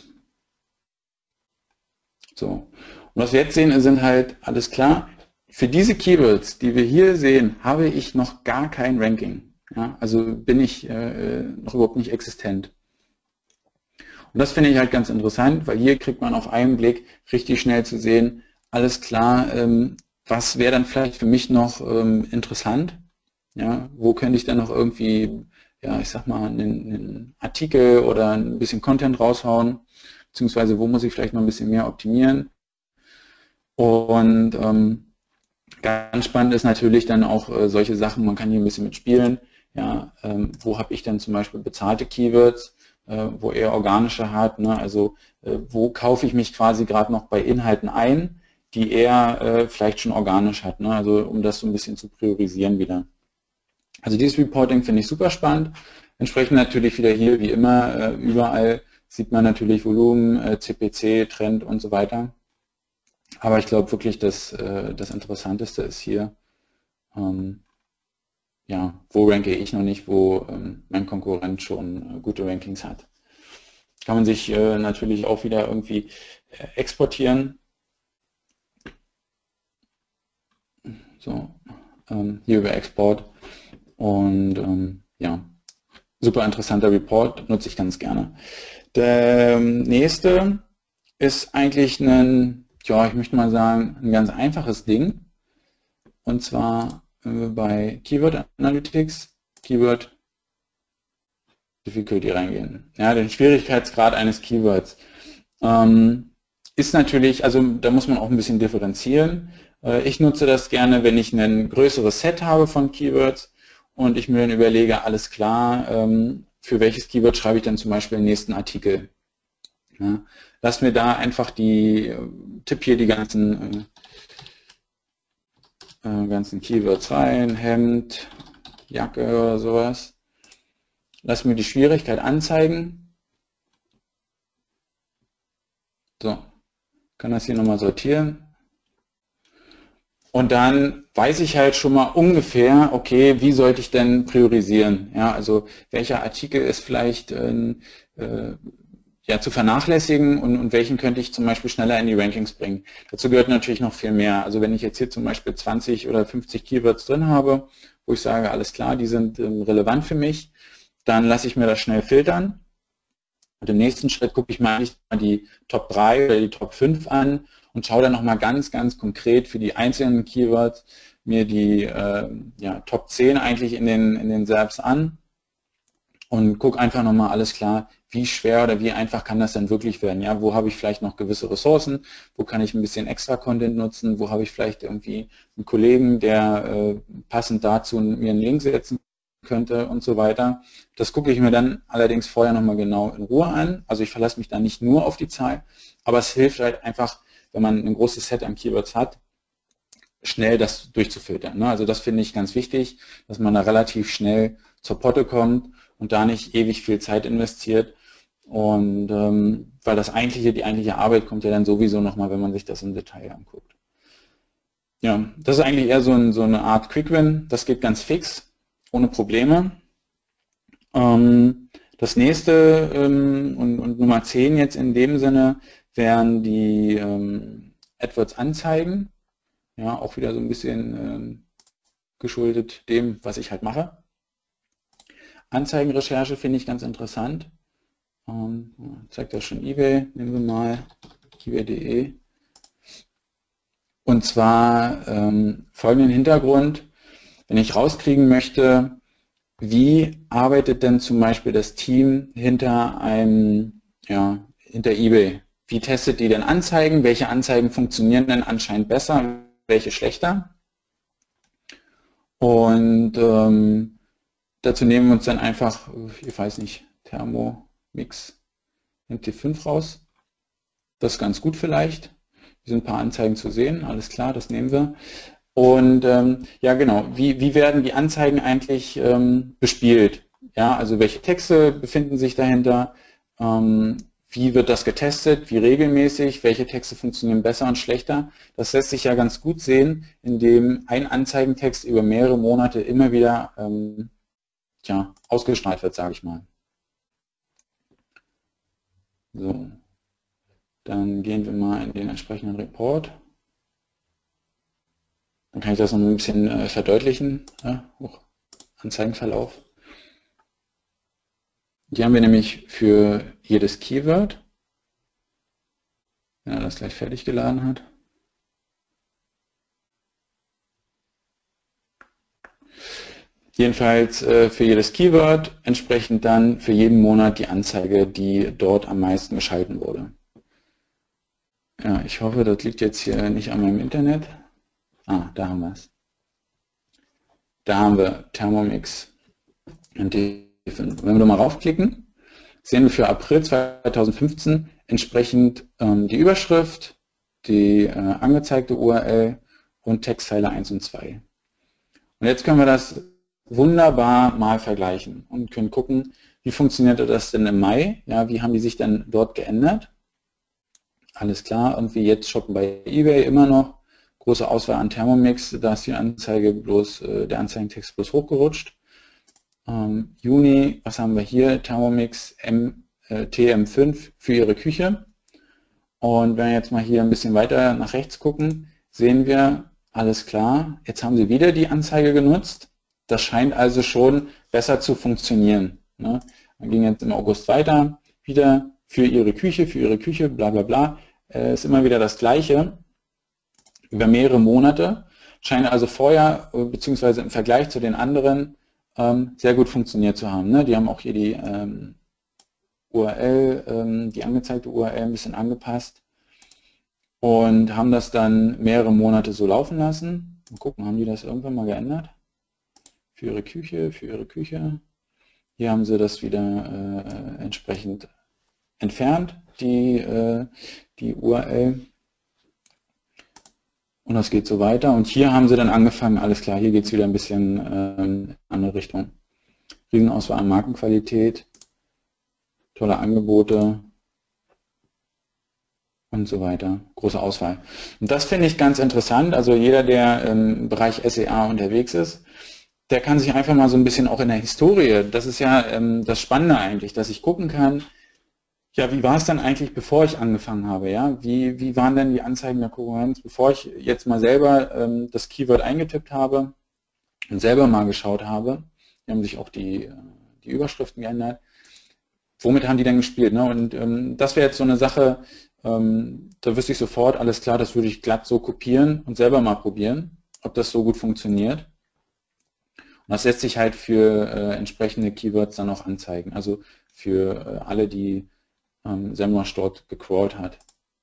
So, und was wir jetzt sehen, sind halt, alles klar, für diese Keywords, die wir hier sehen, habe ich noch gar kein Ranking. Ja, also bin ich äh, noch überhaupt nicht existent. Und das finde ich halt ganz interessant, weil hier kriegt man auf einen Blick richtig schnell zu sehen, alles klar, ähm, was wäre dann vielleicht für mich noch ähm, interessant? Ja, wo könnte ich dann noch irgendwie, ja, ich sag mal, einen, einen Artikel oder ein bisschen Content raushauen, beziehungsweise wo muss ich vielleicht noch ein bisschen mehr optimieren? Und ähm, ganz spannend ist natürlich dann auch äh, solche Sachen, man kann hier ein bisschen mitspielen. Ja, ähm, wo habe ich dann zum Beispiel bezahlte Keywords, äh, wo er organische hat, ne? Also äh, wo kaufe ich mich quasi gerade noch bei Inhalten ein, die er äh, vielleicht schon organisch hat, ne? Also um das so ein bisschen zu priorisieren wieder. Also dieses Reporting finde ich super spannend. Entsprechend natürlich wieder hier, wie immer, äh, überall sieht man natürlich Volumen, äh, C P C, Trend und so weiter. Aber ich glaube wirklich, dass äh, das Interessanteste ist hier, ähm, ja, wo ranke ich noch nicht, wo ähm, mein Konkurrent schon äh, gute Rankings hat. Kann man sich äh, natürlich auch wieder irgendwie äh, exportieren. So, ähm, hier über Export. Und ähm, ja, super interessanter Report, nutze ich ganz gerne. Der nächste ist eigentlich ein, ja, ich möchte mal sagen, ein ganz einfaches Ding. Und zwar äh, bei Keyword Analytics, Keyword Difficulty reingehen. Ja, den Schwierigkeitsgrad eines Keywords. Ähm, ist natürlich, also da muss man auch ein bisschen differenzieren. Äh, ich nutze das gerne, wenn ich ein größeres Set habe von Keywords und ich mir dann überlege, alles klar, ähm, für welches Keyword schreibe ich dann zum Beispiel den nächsten Artikel. Ja, lass mir da einfach die, tipp hier die ganzen, äh, ganzen Keywords rein, Hemd, Jacke oder sowas. Lass mir die Schwierigkeit anzeigen. So, kann das hier nochmal sortieren. Und dann weiß ich halt schon mal ungefähr, okay, wie sollte ich denn priorisieren? Ja, also welcher Artikel ist vielleicht äh, äh, ja, zu vernachlässigen und, und welchen könnte ich zum Beispiel schneller in die Rankings bringen. Dazu gehört natürlich noch viel mehr. Also wenn ich jetzt hier zum Beispiel zwanzig oder fünfzig Keywords drin habe, wo ich sage, alles klar, die sind ähm, relevant für mich, dann lasse ich mir das schnell filtern. Und im nächsten Schritt gucke ich mal die Top drei oder die Top fünf an und schaue dann nochmal ganz, ganz konkret für die einzelnen Keywords mir die äh, ja, Top zehn eigentlich in den, in den S E R Ps an und gucke einfach nochmal, alles klar, wie schwer oder wie einfach kann das denn wirklich werden? Ja, wo habe ich vielleicht noch gewisse Ressourcen? Wo kann ich ein bisschen extra Content nutzen? Wo habe ich vielleicht irgendwie einen Kollegen, der äh, passend dazu mir einen Link setzen könnte und so weiter. Das gucke ich mir dann allerdings vorher nochmal genau in Ruhe an. Also ich verlasse mich da nicht nur auf die Zahl, aber es hilft halt einfach, wenn man ein großes Set an Keywords hat, schnell das durchzufiltern. Also das finde ich ganz wichtig, dass man da relativ schnell zur Potte kommt und da nicht ewig viel Zeit investiert. Und ähm, weil das eigentliche, die eigentliche Arbeit kommt ja dann sowieso nochmal, wenn man sich das im Detail anguckt. Ja, das ist eigentlich eher so, ein, so eine Art Quick-Win. Das geht ganz fix, ohne Probleme. Ähm, das nächste ähm, und, und Nummer zehn jetzt in dem Sinne wären die ähm, AdWords-Anzeigen. Ja, auch wieder so ein bisschen ähm, geschuldet dem, was ich halt mache. Anzeigenrecherche finde ich ganz interessant. Ähm, zeigt das schon eBay, nehmen wir mal ebay punkt de. Und zwar ähm, folgenden Hintergrund, wenn ich rauskriegen möchte, wie arbeitet denn zum Beispiel das Team hinter einem, ja, hinter eBay? Wie testet die denn Anzeigen? Welche Anzeigen funktionieren denn anscheinend besser, welche schlechter? Und ähm, dazu nehmen wir uns dann einfach, ich weiß nicht, Thermomix M T fünf raus. Das ist ganz gut vielleicht. Hier sind ein paar Anzeigen zu sehen, alles klar, das nehmen wir. Und ähm, ja genau, wie, wie werden die Anzeigen eigentlich ähm, bespielt? Ja, also welche Texte befinden sich dahinter? Ähm, wie wird das getestet? Wie regelmäßig? Welche Texte funktionieren besser und schlechter? Das lässt sich ja ganz gut sehen, indem ein Anzeigentext über mehrere Monate immer wieder ähm, tja, ausgestrahlt wird, sage ich mal. So, dann gehen wir mal in den entsprechenden Report. Dann kann ich das noch ein bisschen äh, verdeutlichen. Ja, hoch, Anzeigenverlauf. Die haben wir nämlich für jedes Keyword, wenn er das gleich fertig geladen hat. Jedenfalls äh, für jedes Keyword entsprechend dann für jeden Monat die Anzeige, die dort am meisten geschalten wurde. Ja, ich hoffe, das liegt jetzt hier nicht an meinem Internet. Ah, da haben wir es. Da haben wir Thermomix M T fünf. Wenn wir da mal raufklicken, sehen wir für April zweitausendfünfzehn entsprechend ähm, die Überschrift, die äh, angezeigte U R L und Textzeile eins und zwei. Und jetzt können wir das wunderbar mal vergleichen und können gucken, wie funktionierte das denn im Mai? Ja, wie haben die sich denn dort geändert? Alles klar, irgendwie jetzt shoppen bei eBay immer noch. Große Auswahl an Thermomix, da ist die Anzeige bloß, äh, der Anzeigentext bloß hochgerutscht. Ähm, Juni, was haben wir hier? Thermomix M, äh, T M fünf für ihre Küche. Und wenn wir jetzt mal hier ein bisschen weiter nach rechts gucken, sehen wir, alles klar, jetzt haben sie wieder die Anzeige genutzt. Das scheint also schon besser zu funktionieren. Ne? Wir gehen jetzt im August weiter, wieder für ihre Küche, für ihre Küche, bla bla bla. Äh, ist immer wieder das Gleiche. Über mehrere Monate, scheint also vorher, beziehungsweise im Vergleich zu den anderen, ähm, sehr gut funktioniert zu haben. Ne? Die haben auch hier die ähm, U R L, ähm, die angezeigte U R L ein bisschen angepasst und haben das dann mehrere Monate so laufen lassen. Mal gucken, haben die das irgendwann mal geändert? Für ihre Küche, für ihre Küche. Hier haben sie das wieder äh, entsprechend entfernt, die, äh, die U R L. Und das geht so weiter. Und hier haben sie dann angefangen, alles klar, hier geht es wieder ein bisschen äh, in eine andere Richtung. Riesenauswahl an Markenqualität, tolle Angebote und so weiter. Große Auswahl. Und das finde ich ganz interessant. Also jeder, der im Bereich S E A unterwegs ist, der kann sich einfach mal so ein bisschen auch in der Historie, das ist ja ähm, das Spannende eigentlich, dass ich gucken kann, Ja, wie war es dann eigentlich, bevor ich angefangen habe? Ja? Wie, wie waren denn die Anzeigen der Konkurrenz, bevor ich jetzt mal selber ähm, das Keyword eingetippt habe und selber mal geschaut habe? Die haben sich auch die, die Überschriften geändert. Womit haben die denn gespielt? Ne? Und ähm, das wäre jetzt so eine Sache, ähm, da wüsste ich sofort, alles klar, das würde ich glatt so kopieren und selber mal probieren, ob das so gut funktioniert. Und das lässt sich halt für äh, entsprechende Keywords dann auch anzeigen. Also für äh, alle, die ähm, Semrush dort gecrawlt hat.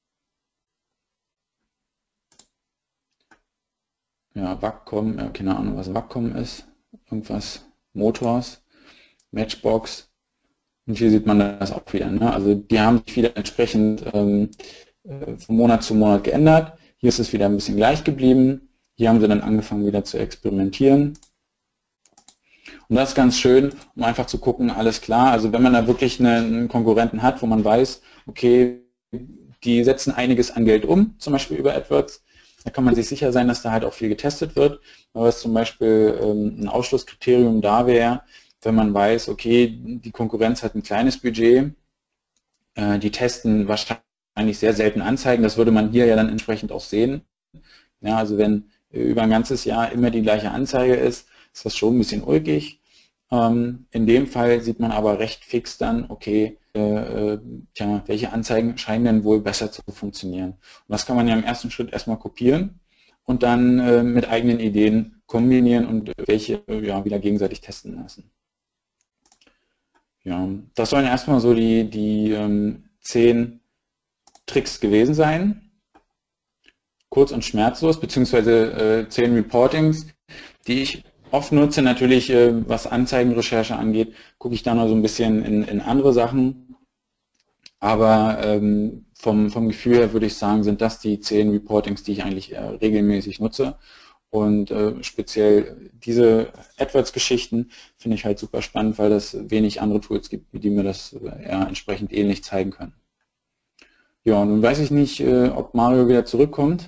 Ja, Wacom, äh, keine Ahnung, was Wacom ist. Irgendwas, Motors, Matchbox. Und hier sieht man das auch wieder. Ne? Also die haben sich wieder entsprechend ähm, von Monat zu Monat geändert. Hier ist es wieder ein bisschen gleich geblieben. Hier haben sie dann angefangen wieder zu experimentieren. Und das ist ganz schön, um einfach zu gucken, alles klar, also wenn man da wirklich einen Konkurrenten hat, wo man weiß, okay, die setzen einiges an Geld um, zum Beispiel über AdWords, da kann man sich sicher sein, dass da halt auch viel getestet wird. Aber was zum Beispiel ähm, ein Ausschlusskriterium da wäre, wenn man weiß, okay, die Konkurrenz hat ein kleines Budget, äh, die testen wahrscheinlich sehr selten Anzeigen, das würde man hier ja dann entsprechend auch sehen. Ja, also wenn über ein ganzes Jahr immer die gleiche Anzeige ist, ist das schon ein bisschen ulkig. Ähm, in dem Fall sieht man aber recht fix dann, okay, äh, tja, welche Anzeigen scheinen denn wohl besser zu funktionieren. Und das kann man ja im ersten Schritt erstmal kopieren und dann äh, mit eigenen Ideen kombinieren und welche ja, wieder gegenseitig testen lassen. Ja, das sollen erstmal so die, die ähm, zehn Tricks gewesen sein. Kurz und schmerzlos, beziehungsweise äh, zehn Reportings, die ich oft nutze. Natürlich, äh, was Anzeigenrecherche angeht, gucke ich da noch so ein bisschen in, in andere Sachen. Aber ähm, vom, vom Gefühl her würde ich sagen, sind das die zehn Reportings, die ich eigentlich äh, regelmäßig nutze. Und äh, speziell diese AdWords-Geschichten finde ich halt super spannend, weil es wenig andere Tools gibt, die mir das äh, ja, entsprechend ähnlich zeigen können. Ja, nun weiß ich nicht, äh, ob Mario wieder zurückkommt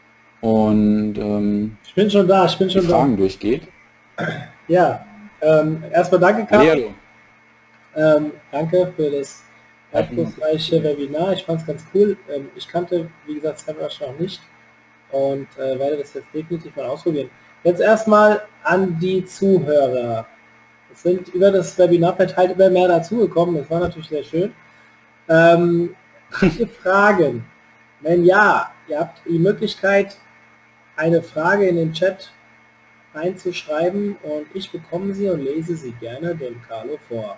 und ähm, ich bin schon da, ich bin schon die Fragen da. durchgeht. Ja, ähm, erstmal danke, Carlo. Ähm, danke für das aufschlussreiche Webinar. Ich fand es ganz cool. Ähm, ich kannte, wie gesagt, Semrush noch nicht und äh, werde das jetzt definitiv mal ausprobieren. Jetzt erstmal an die Zuhörer. Es sind über das Webinar verteilt immer mehr dazugekommen. Das war natürlich sehr schön. Ähm, habt ihr Fragen? Wenn ja, ihr habt die Möglichkeit, eine Frage in den Chat reinzuschreiben und ich bekomme sie und lese sie gerne dem Carlo vor.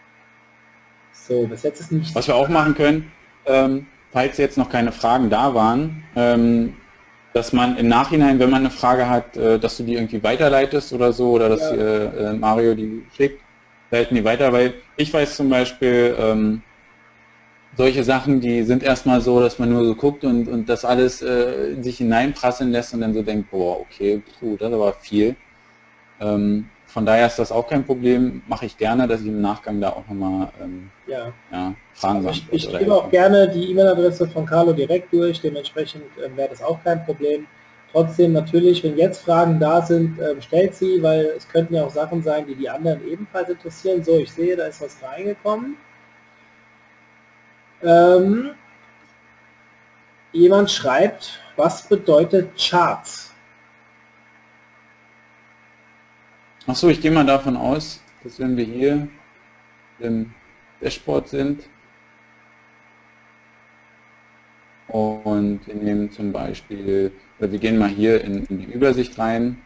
So, bis jetzt ist nichts. Was wir auch machen können, ähm, falls jetzt noch keine Fragen da waren, ähm, dass man im Nachhinein, wenn man eine Frage hat, äh, dass du die irgendwie weiterleitest oder so, oder dass Ja. äh, Mario die schickt, leiten die weiter, weil ich weiß zum Beispiel, ähm, solche Sachen, die sind erstmal so, dass man nur so guckt und, und das alles äh, in sich hineinprasseln lässt und dann so denkt, boah, okay, puh, das ist aber viel. Ähm, von daher ist das auch kein Problem, mache ich gerne, dass ich im Nachgang da auch nochmal ähm, ja. ja, Fragen also ich, beantworte. ich gebe auch gerne die E-Mail-Adresse von Carlo direkt durch, dementsprechend äh, wäre das auch kein Problem. Trotzdem natürlich, wenn jetzt Fragen da sind, äh, stellt sie, weil es könnten ja auch Sachen sein, die die anderen ebenfalls interessieren. So, ich sehe, da ist was reingekommen. Ähm, jemand schreibt, was bedeutet Charts? Achso, ich gehe mal davon aus, dass wenn wir hier im Dashboard sind und wir nehmen zum Beispiel, oder wir gehen mal hier in, in die Übersicht rein,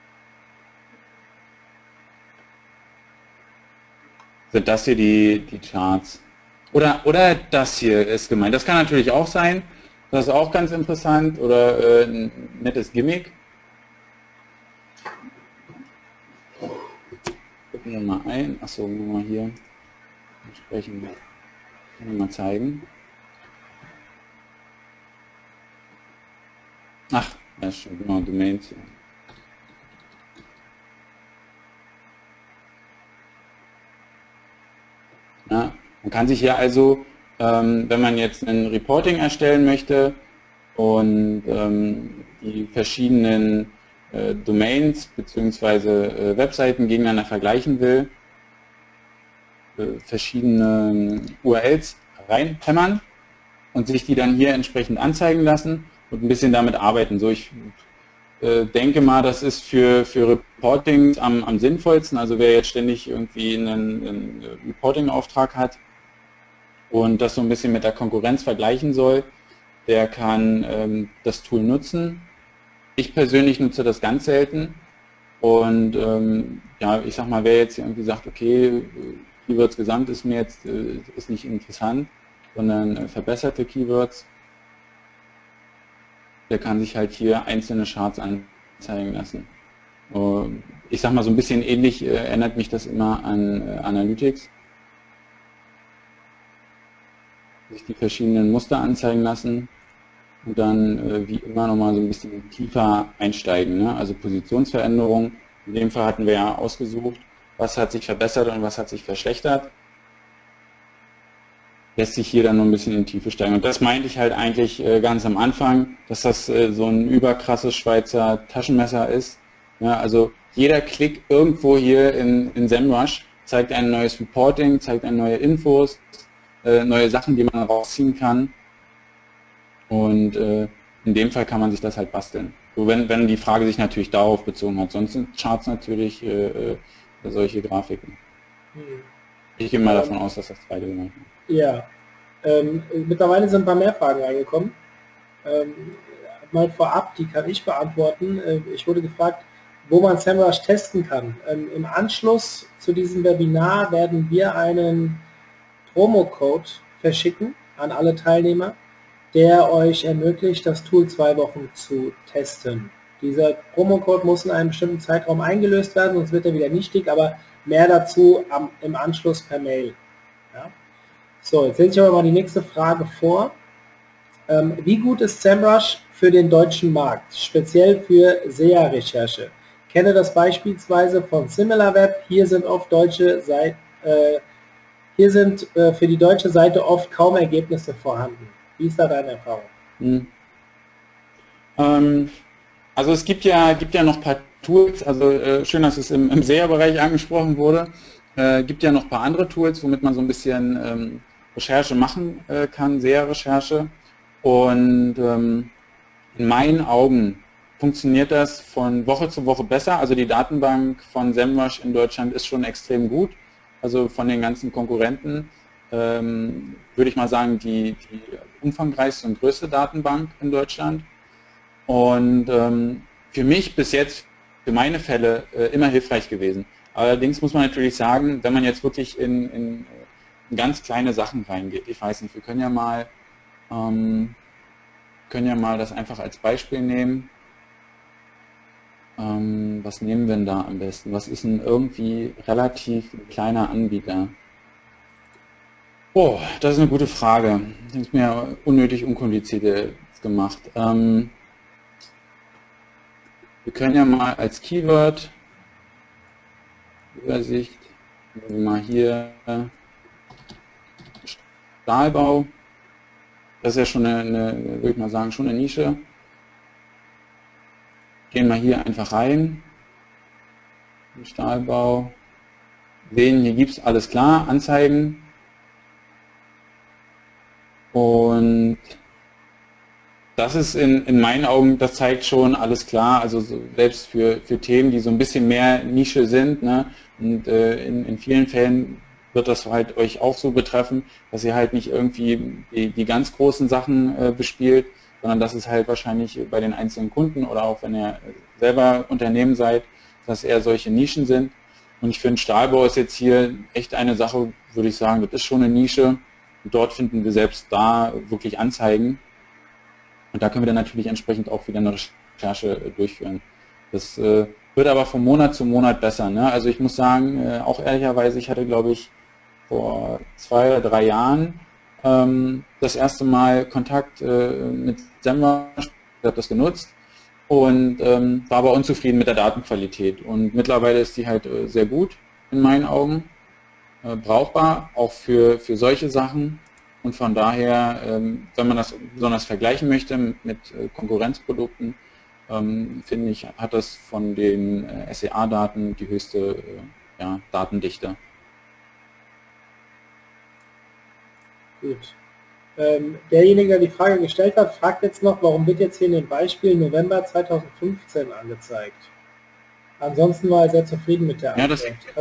sind das hier die, die Charts. Oder, oder das hier ist gemeint. Das kann natürlich auch sein. Das ist auch ganz interessant oder äh, ein nettes Gimmick. Gucken wir mal ein. Achso, mal hier entsprechend mal zeigen. Ach, ja schon, genau, Domains. Ja, man kann sich hier also, ähm, wenn man jetzt ein Reporting erstellen möchte und ähm, die verschiedenen äh, Domains bzw. Äh, Webseiten gegeneinander vergleichen will, äh, verschiedene U R Ls reinhämmern und sich die dann hier entsprechend anzeigen lassen und ein bisschen damit arbeiten. So, ich äh, denke mal, das ist für, für Reporting am, am sinnvollsten. Also wer jetzt ständig irgendwie einen, einen Reporting-Auftrag hat und das so ein bisschen mit der Konkurrenz vergleichen soll, der kann ähm, das Tool nutzen. Ich persönlich nutze das ganz selten. Und ähm, ja, ich sag mal, wer jetzt irgendwie sagt, okay, Keywords gesamt ist mir jetzt äh, ist nicht interessant, sondern äh, verbesserte Keywords, der kann sich halt hier einzelne Charts anzeigen lassen. Uh, ich sag mal, so ein bisschen ähnlich äh, erinnert mich das immer an äh, Analytics. Sich die verschiedenen Muster anzeigen lassen und dann äh, wie immer nochmal so ein bisschen tiefer einsteigen. Ne? Also Positionsveränderung. In dem Fall hatten wir ja ausgesucht, was hat sich verbessert und was hat sich verschlechtert. Lässt sich hier dann noch ein bisschen in die Tiefe steigen. Und das meinte ich halt eigentlich äh, ganz am Anfang, dass das äh, so ein überkrasses Schweizer Taschenmesser ist. Ja, also jeder Klick irgendwo hier in, in SEMrush zeigt ein neues Reporting, zeigt ein neue Infos, äh, neue Sachen, die man rausziehen kann. Und äh, in dem Fall kann man sich das halt basteln. So, wenn, wenn die Frage sich natürlich darauf bezogen hat. Sonst sind Charts natürlich äh, äh, solche Grafiken. Hm. Ich gehe mal ähm, davon aus, dass das zweite gemacht wird. Ja, ähm, mittlerweile sind ein paar mehr Fragen reingekommen. Ähm, mal vorab, die kann ich beantworten. Äh, ich wurde gefragt, wo man SEMrush testen kann. Ähm, Im Anschluss zu diesem Webinar werden wir einen Promocode verschicken an alle Teilnehmer, der euch ermöglicht, das Tool zwei Wochen zu testen. Dieser Promocode muss in einem bestimmten Zeitraum eingelöst werden, sonst wird er wieder nichtig, aber mehr dazu am, im Anschluss per Mail. Ja? So, jetzt lese ich aber mal die nächste Frage vor. Ähm, wie gut ist SEMrush für den deutschen Markt, speziell für S E A-Recherche? Kenne das beispielsweise von SimilarWeb. Hier sind oft deutsche Seite, äh, hier sind äh, für die deutsche Seite oft kaum Ergebnisse vorhanden. Wie ist da deine Erfahrung? Hm. Ähm, also es gibt ja, gibt ja noch ein paar Tools, also äh, schön, dass es im, im S E A-Bereich angesprochen wurde. Äh, gibt ja noch ein paar andere Tools, womit man so ein bisschen ähm, Recherche machen äh, kann, S E A-Recherche. Und ähm, in meinen Augen funktioniert das von Woche zu Woche besser. Also die Datenbank von SEMrush in Deutschland ist schon extrem gut. Also von den ganzen Konkurrenten ähm, würde ich mal sagen, die, die umfangreichste und größte Datenbank in Deutschland. Und ähm, für mich bis jetzt, für meine Fälle, äh, immer hilfreich gewesen. Allerdings muss man natürlich sagen, wenn man jetzt wirklich in, in, in ganz kleine Sachen reingeht, ich weiß nicht, wir können ja mal ähm, können ja mal das einfach als Beispiel nehmen. Ähm, was nehmen wir denn da am besten? Was ist ein irgendwie relativ kleiner Anbieter? Oh, das ist eine gute Frage. Das ist mir unnötig unkompliziert gemacht. Ähm, wir können ja mal als Keyword Übersicht mal hier Stahlbau. Das ist ja schon eine, eine, würde ich mal sagen, schon eine Nische. Gehen wir hier einfach rein. Stahlbau. Sehen, hier gibt es alles klar, Anzeigen. Und das ist in, in meinen Augen, das zeigt schon alles klar, also so, selbst für, für Themen, die so ein bisschen mehr Nische sind, ne, und äh, in, in vielen Fällen wird das halt euch auch so betreffen, dass ihr halt nicht irgendwie die, die ganz großen Sachen äh, bespielt, sondern dass es halt wahrscheinlich bei den einzelnen Kunden oder auch wenn ihr selber Unternehmen seid, dass eher solche Nischen sind. Und ich finde, Stahlbau ist jetzt hier echt eine Sache, würde ich sagen, das ist schon eine Nische. Und dort finden wir selbst da wirklich Anzeigen. Und da können wir dann natürlich entsprechend auch wieder eine Recherche durchführen. Das äh, wird aber von Monat zu Monat besser. Ne? Also ich muss sagen, äh, auch ehrlicherweise, ich hatte, glaube ich, vor zwei oder drei Jahren ähm, das erste Mal Kontakt äh, mit SEMrush, ich habe das genutzt und ähm, war aber unzufrieden mit der Datenqualität. Und mittlerweile ist die halt äh, sehr gut in meinen Augen, äh, brauchbar, auch für, für solche Sachen. Und von daher, ähm, wenn man das besonders vergleichen möchte mit äh, Konkurrenzprodukten, ähm, finde ich, hat das von den äh, S E A-Daten die höchste äh, ja, Datendichte. Gut. Ähm, derjenige, der die Frage gestellt hat, fragt jetzt noch, warum wird jetzt hier in dem Beispiel November zweitausendfünfzehn angezeigt? Ansonsten war er sehr zufrieden mit der Antwort. Ja, das,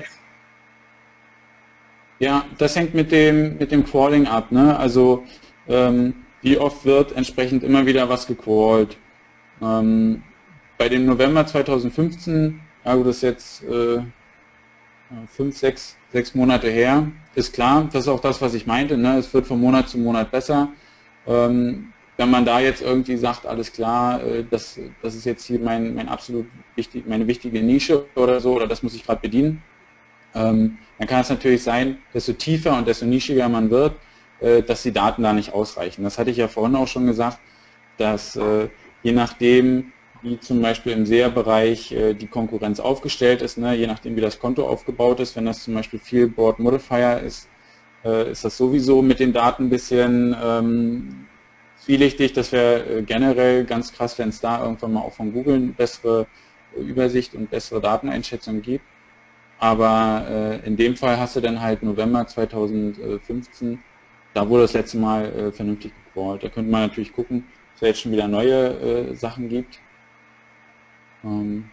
ja, das hängt mit dem, mit dem Crawling ab. Ne? Also ähm, wie oft wird entsprechend immer wieder was gecrawlt. Ähm, bei dem November zweitausendfünfzehn, ja gut, das ist jetzt äh, fünf, sechs, sechs Monate her, ist klar, das ist auch das, was ich meinte, ne? Es wird von Monat zu Monat besser. Ähm, wenn man da jetzt irgendwie sagt, alles klar, äh, das, das ist jetzt hier mein, mein absolut wichtig, meine wichtige Nische oder so, oder das muss ich gerade bedienen, ähm, dann kann es natürlich sein, desto tiefer und desto nischiger man wird, äh, dass die Daten da nicht ausreichen. Das hatte ich ja vorhin auch schon gesagt, dass äh, je nachdem, wie zum Beispiel im S E A-Bereich äh, die Konkurrenz aufgestellt ist, ne, je nachdem wie das Konto aufgebaut ist, wenn das zum Beispiel viel Broad Modifier ist, äh, ist das sowieso mit den Daten ein bisschen ähm, zwielichtig. Das wäre äh, generell ganz krass, wenn es da irgendwann mal auch von Google eine bessere äh, Übersicht und bessere Dateneinschätzung gibt. Aber äh, in dem Fall hast du dann halt November zweitausendfünfzehn, da wurde das letzte Mal äh, vernünftig gecrawlt. Da könnte man natürlich gucken, ob es jetzt schon wieder neue äh, Sachen gibt. Ähm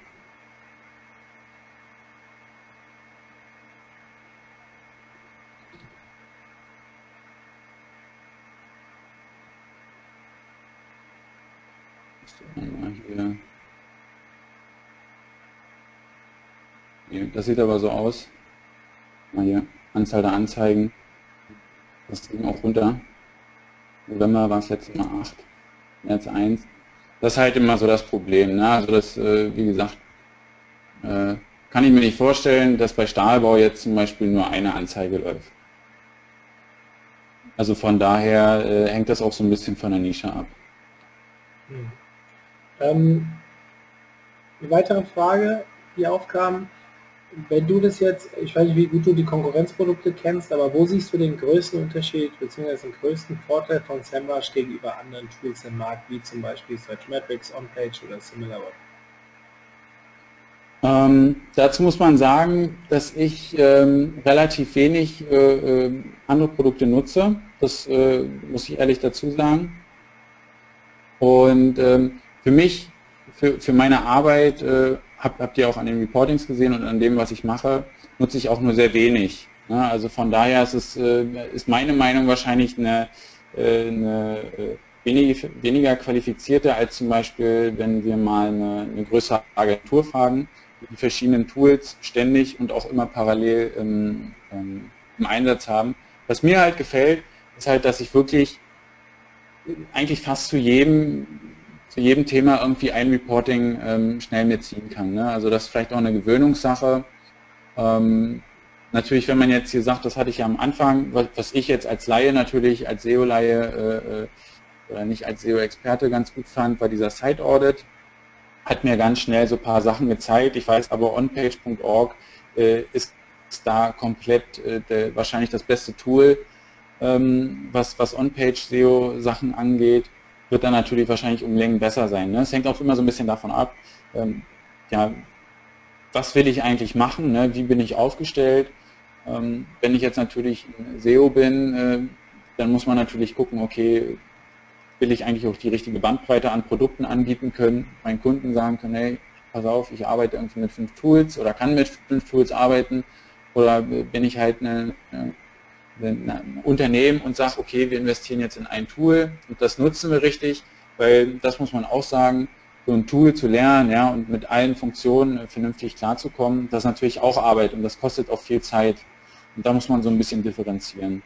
hier. Das sieht aber so aus. Mal hier, Anzahl der Anzeigen. Das ging auch runter. November war es letztes Mal acht, März eins. Das ist halt immer so das Problem. Ne? Also das, äh, wie gesagt, äh, kann ich mir nicht vorstellen, dass bei Stahlbau jetzt zum Beispiel nur eine Anzeige läuft. Also von daher äh, hängt das auch so ein bisschen von der Nische ab. Hm. Ähm, eine weitere Frage, die aufkam, wenn du das jetzt, ich weiß nicht, wie gut du die Konkurrenzprodukte kennst, aber wo siehst du den größten Unterschied bzw. den größten Vorteil von SEMrush gegenüber anderen Tools im Markt, wie zum Beispiel Searchmetrics, OnPage oder SimilarWeb? Ähm, dazu muss man sagen, dass ich ähm, relativ wenig äh, äh, andere Produkte nutze. Das äh, muss ich ehrlich dazu sagen. Und ähm, für mich, für, für meine Arbeit, äh, habt, habt ihr auch an den Reportings gesehen und an dem, was ich mache, nutze ich auch nur sehr wenig. Ne? Also von daher ist es, äh, ist meine Meinung wahrscheinlich eine, äh, eine äh, wenig, weniger qualifizierte als zum Beispiel, wenn wir mal eine, eine größere Agentur fragen, die verschiedenen Tools ständig und auch immer parallel ähm, ähm, im Einsatz haben. Was mir halt gefällt, ist halt, dass ich wirklich eigentlich fast zu jedem, zu jedem Thema irgendwie ein Reporting ähm, schnell mitziehen kann. Ne? Also das ist vielleicht auch eine Gewöhnungssache. Ähm, natürlich, wenn man jetzt hier sagt, das hatte ich ja am Anfang, was, was ich jetzt als Laie natürlich, als S E O-Laie äh, oder nicht als S E O-Experte ganz gut fand, war dieser Site-Audit. Hat mir ganz schnell so ein paar Sachen gezeigt. Ich weiß aber, onpage punkt org äh, ist da komplett äh, der, wahrscheinlich das beste Tool, ähm, was, was On-Page-S E O-Sachen angeht, wird dann natürlich wahrscheinlich um Längen besser sein. Ne? Es hängt auch immer so ein bisschen davon ab, ähm, ja, was will ich eigentlich machen, ne? Wie bin ich aufgestellt. Ähm, wenn ich jetzt natürlich S E O bin, äh, dann muss man natürlich gucken, okay, will ich eigentlich auch die richtige Bandbreite an Produkten anbieten können, meinen Kunden sagen können, hey, pass auf, ich arbeite irgendwie mit fünf Tools oder kann mit fünf Tools arbeiten, oder bin ich halt eine, ein Unternehmen und sage, okay, wir investieren jetzt in ein Tool und das nutzen wir richtig, weil das muss man auch sagen, so ein Tool zu lernen, ja, und mit allen Funktionen vernünftig klarzukommen, das ist natürlich auch Arbeit und das kostet auch viel Zeit. Und da muss man so ein bisschen differenzieren.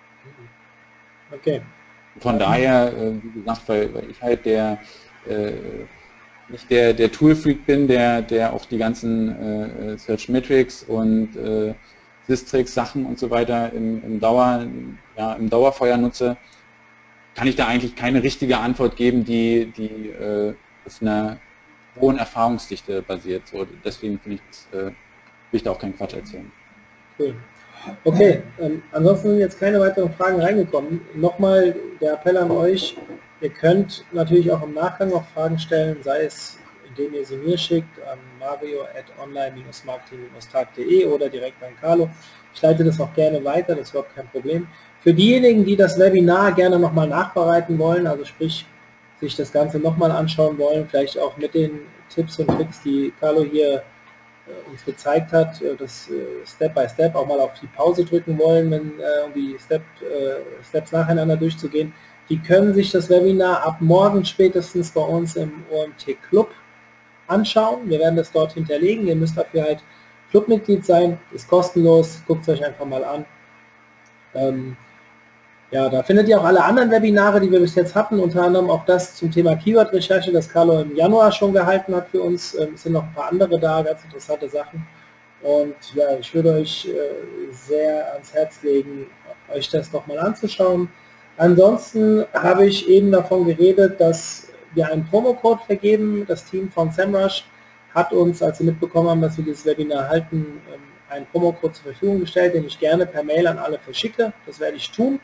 Okay. Von daher, wie gesagt, weil, weil ich halt der äh, nicht der, der Tool-Freak bin, der, der auch die ganzen äh, Searchmetrics und äh, Sistrix Sachen und so weiter im, im, Dauer, ja, im Dauerfeuer nutze, kann ich da eigentlich keine richtige Antwort geben, die, die äh, auf einer hohen Erfahrungsdichte basiert. So, deswegen finde ich das, äh, will ich da auch keinen Quatsch erzählen. Cool. Okay, ähm, ansonsten sind jetzt keine weiteren Fragen reingekommen. Nochmal der Appell an euch, ihr könnt natürlich auch im Nachgang noch Fragen stellen, sei es indem ihr sie mir schickt an mario at online dash marketing dash tag punkt de oder direkt an Carlo. Ich leite das auch gerne weiter, das ist überhaupt kein Problem. Für diejenigen, die das Webinar gerne nochmal nachbereiten wollen, also sprich sich das Ganze nochmal anschauen wollen, vielleicht auch mit den Tipps und Tricks, die Carlo hier äh, uns gezeigt hat, äh, das äh, Step by Step auch mal auf die Pause drücken wollen, wenn, äh, um die Step, äh, Steps nacheinander durchzugehen, die können sich das Webinar ab morgen spätestens bei uns im O M T Club anschauen. Wir werden das dort hinterlegen. Ihr müsst dafür halt Clubmitglied sein, ist kostenlos, guckt es euch einfach mal an. Ähm, ja, da findet ihr auch alle anderen Webinare, die wir bis jetzt hatten, unter anderem auch das zum Thema Keyword-Recherche, das Carlo im Januar schon gehalten hat für uns. Ähm, es sind noch ein paar andere da, ganz interessante Sachen. Und ja, ich würde euch äh, sehr ans Herz legen, euch das nochmal anzuschauen. Ansonsten habe ich eben davon geredet, dass wir einen Promocode vergeben. Das Team von SEMrush hat uns, als sie mitbekommen haben, dass wir dieses Webinar halten, einen Promocode zur Verfügung gestellt, den ich gerne per Mail an alle verschicke. Das werde ich tun.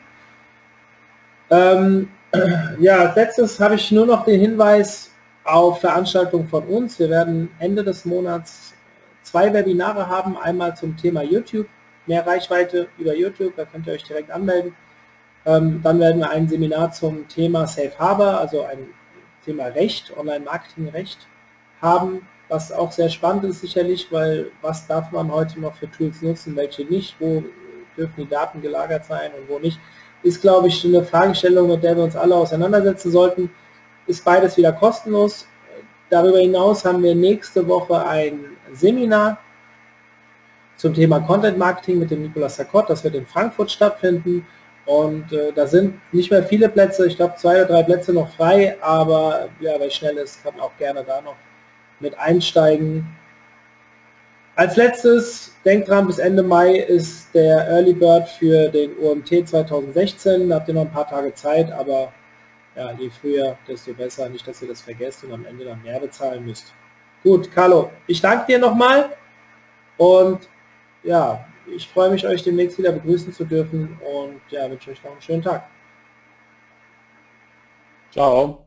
Ähm, ja, als letztes habe ich nur noch den Hinweis auf Veranstaltungen von uns. Wir werden Ende des Monats zwei Webinare haben. Einmal zum Thema YouTube, mehr Reichweite über YouTube, da könnt ihr euch direkt anmelden. Ähm, dann werden wir ein Seminar zum Thema Safe Harbor, also ein Thema Recht, Online-Marketing-Recht haben, was auch sehr spannend ist sicherlich, weil was darf man heute noch für Tools nutzen, welche nicht, wo dürfen die Daten gelagert sein und wo nicht, ist, glaube ich, eine Fragestellung, mit der wir uns alle auseinandersetzen sollten. Ist beides wieder kostenlos. Darüber hinaus haben wir nächste Woche ein Seminar zum Thema Content Marketing mit dem Nicolas Sarkot, das wird in Frankfurt stattfinden. Und äh, da sind nicht mehr viele Plätze, ich glaube zwei oder drei Plätze noch frei, aber ja, wer schnell ist, kann auch gerne da noch mit einsteigen. Als letztes, denkt dran, bis Ende Mai ist der Early Bird für den O M T zwanzig sechzehn, da habt ihr noch ein paar Tage Zeit, aber ja, je früher, desto besser, nicht, dass ihr das vergesst und am Ende dann mehr bezahlen müsst. Gut, Carlo, ich danke dir nochmal und ja, ich freue mich, euch demnächst wieder begrüßen zu dürfen und ja, wünsche euch noch einen schönen Tag. Ciao.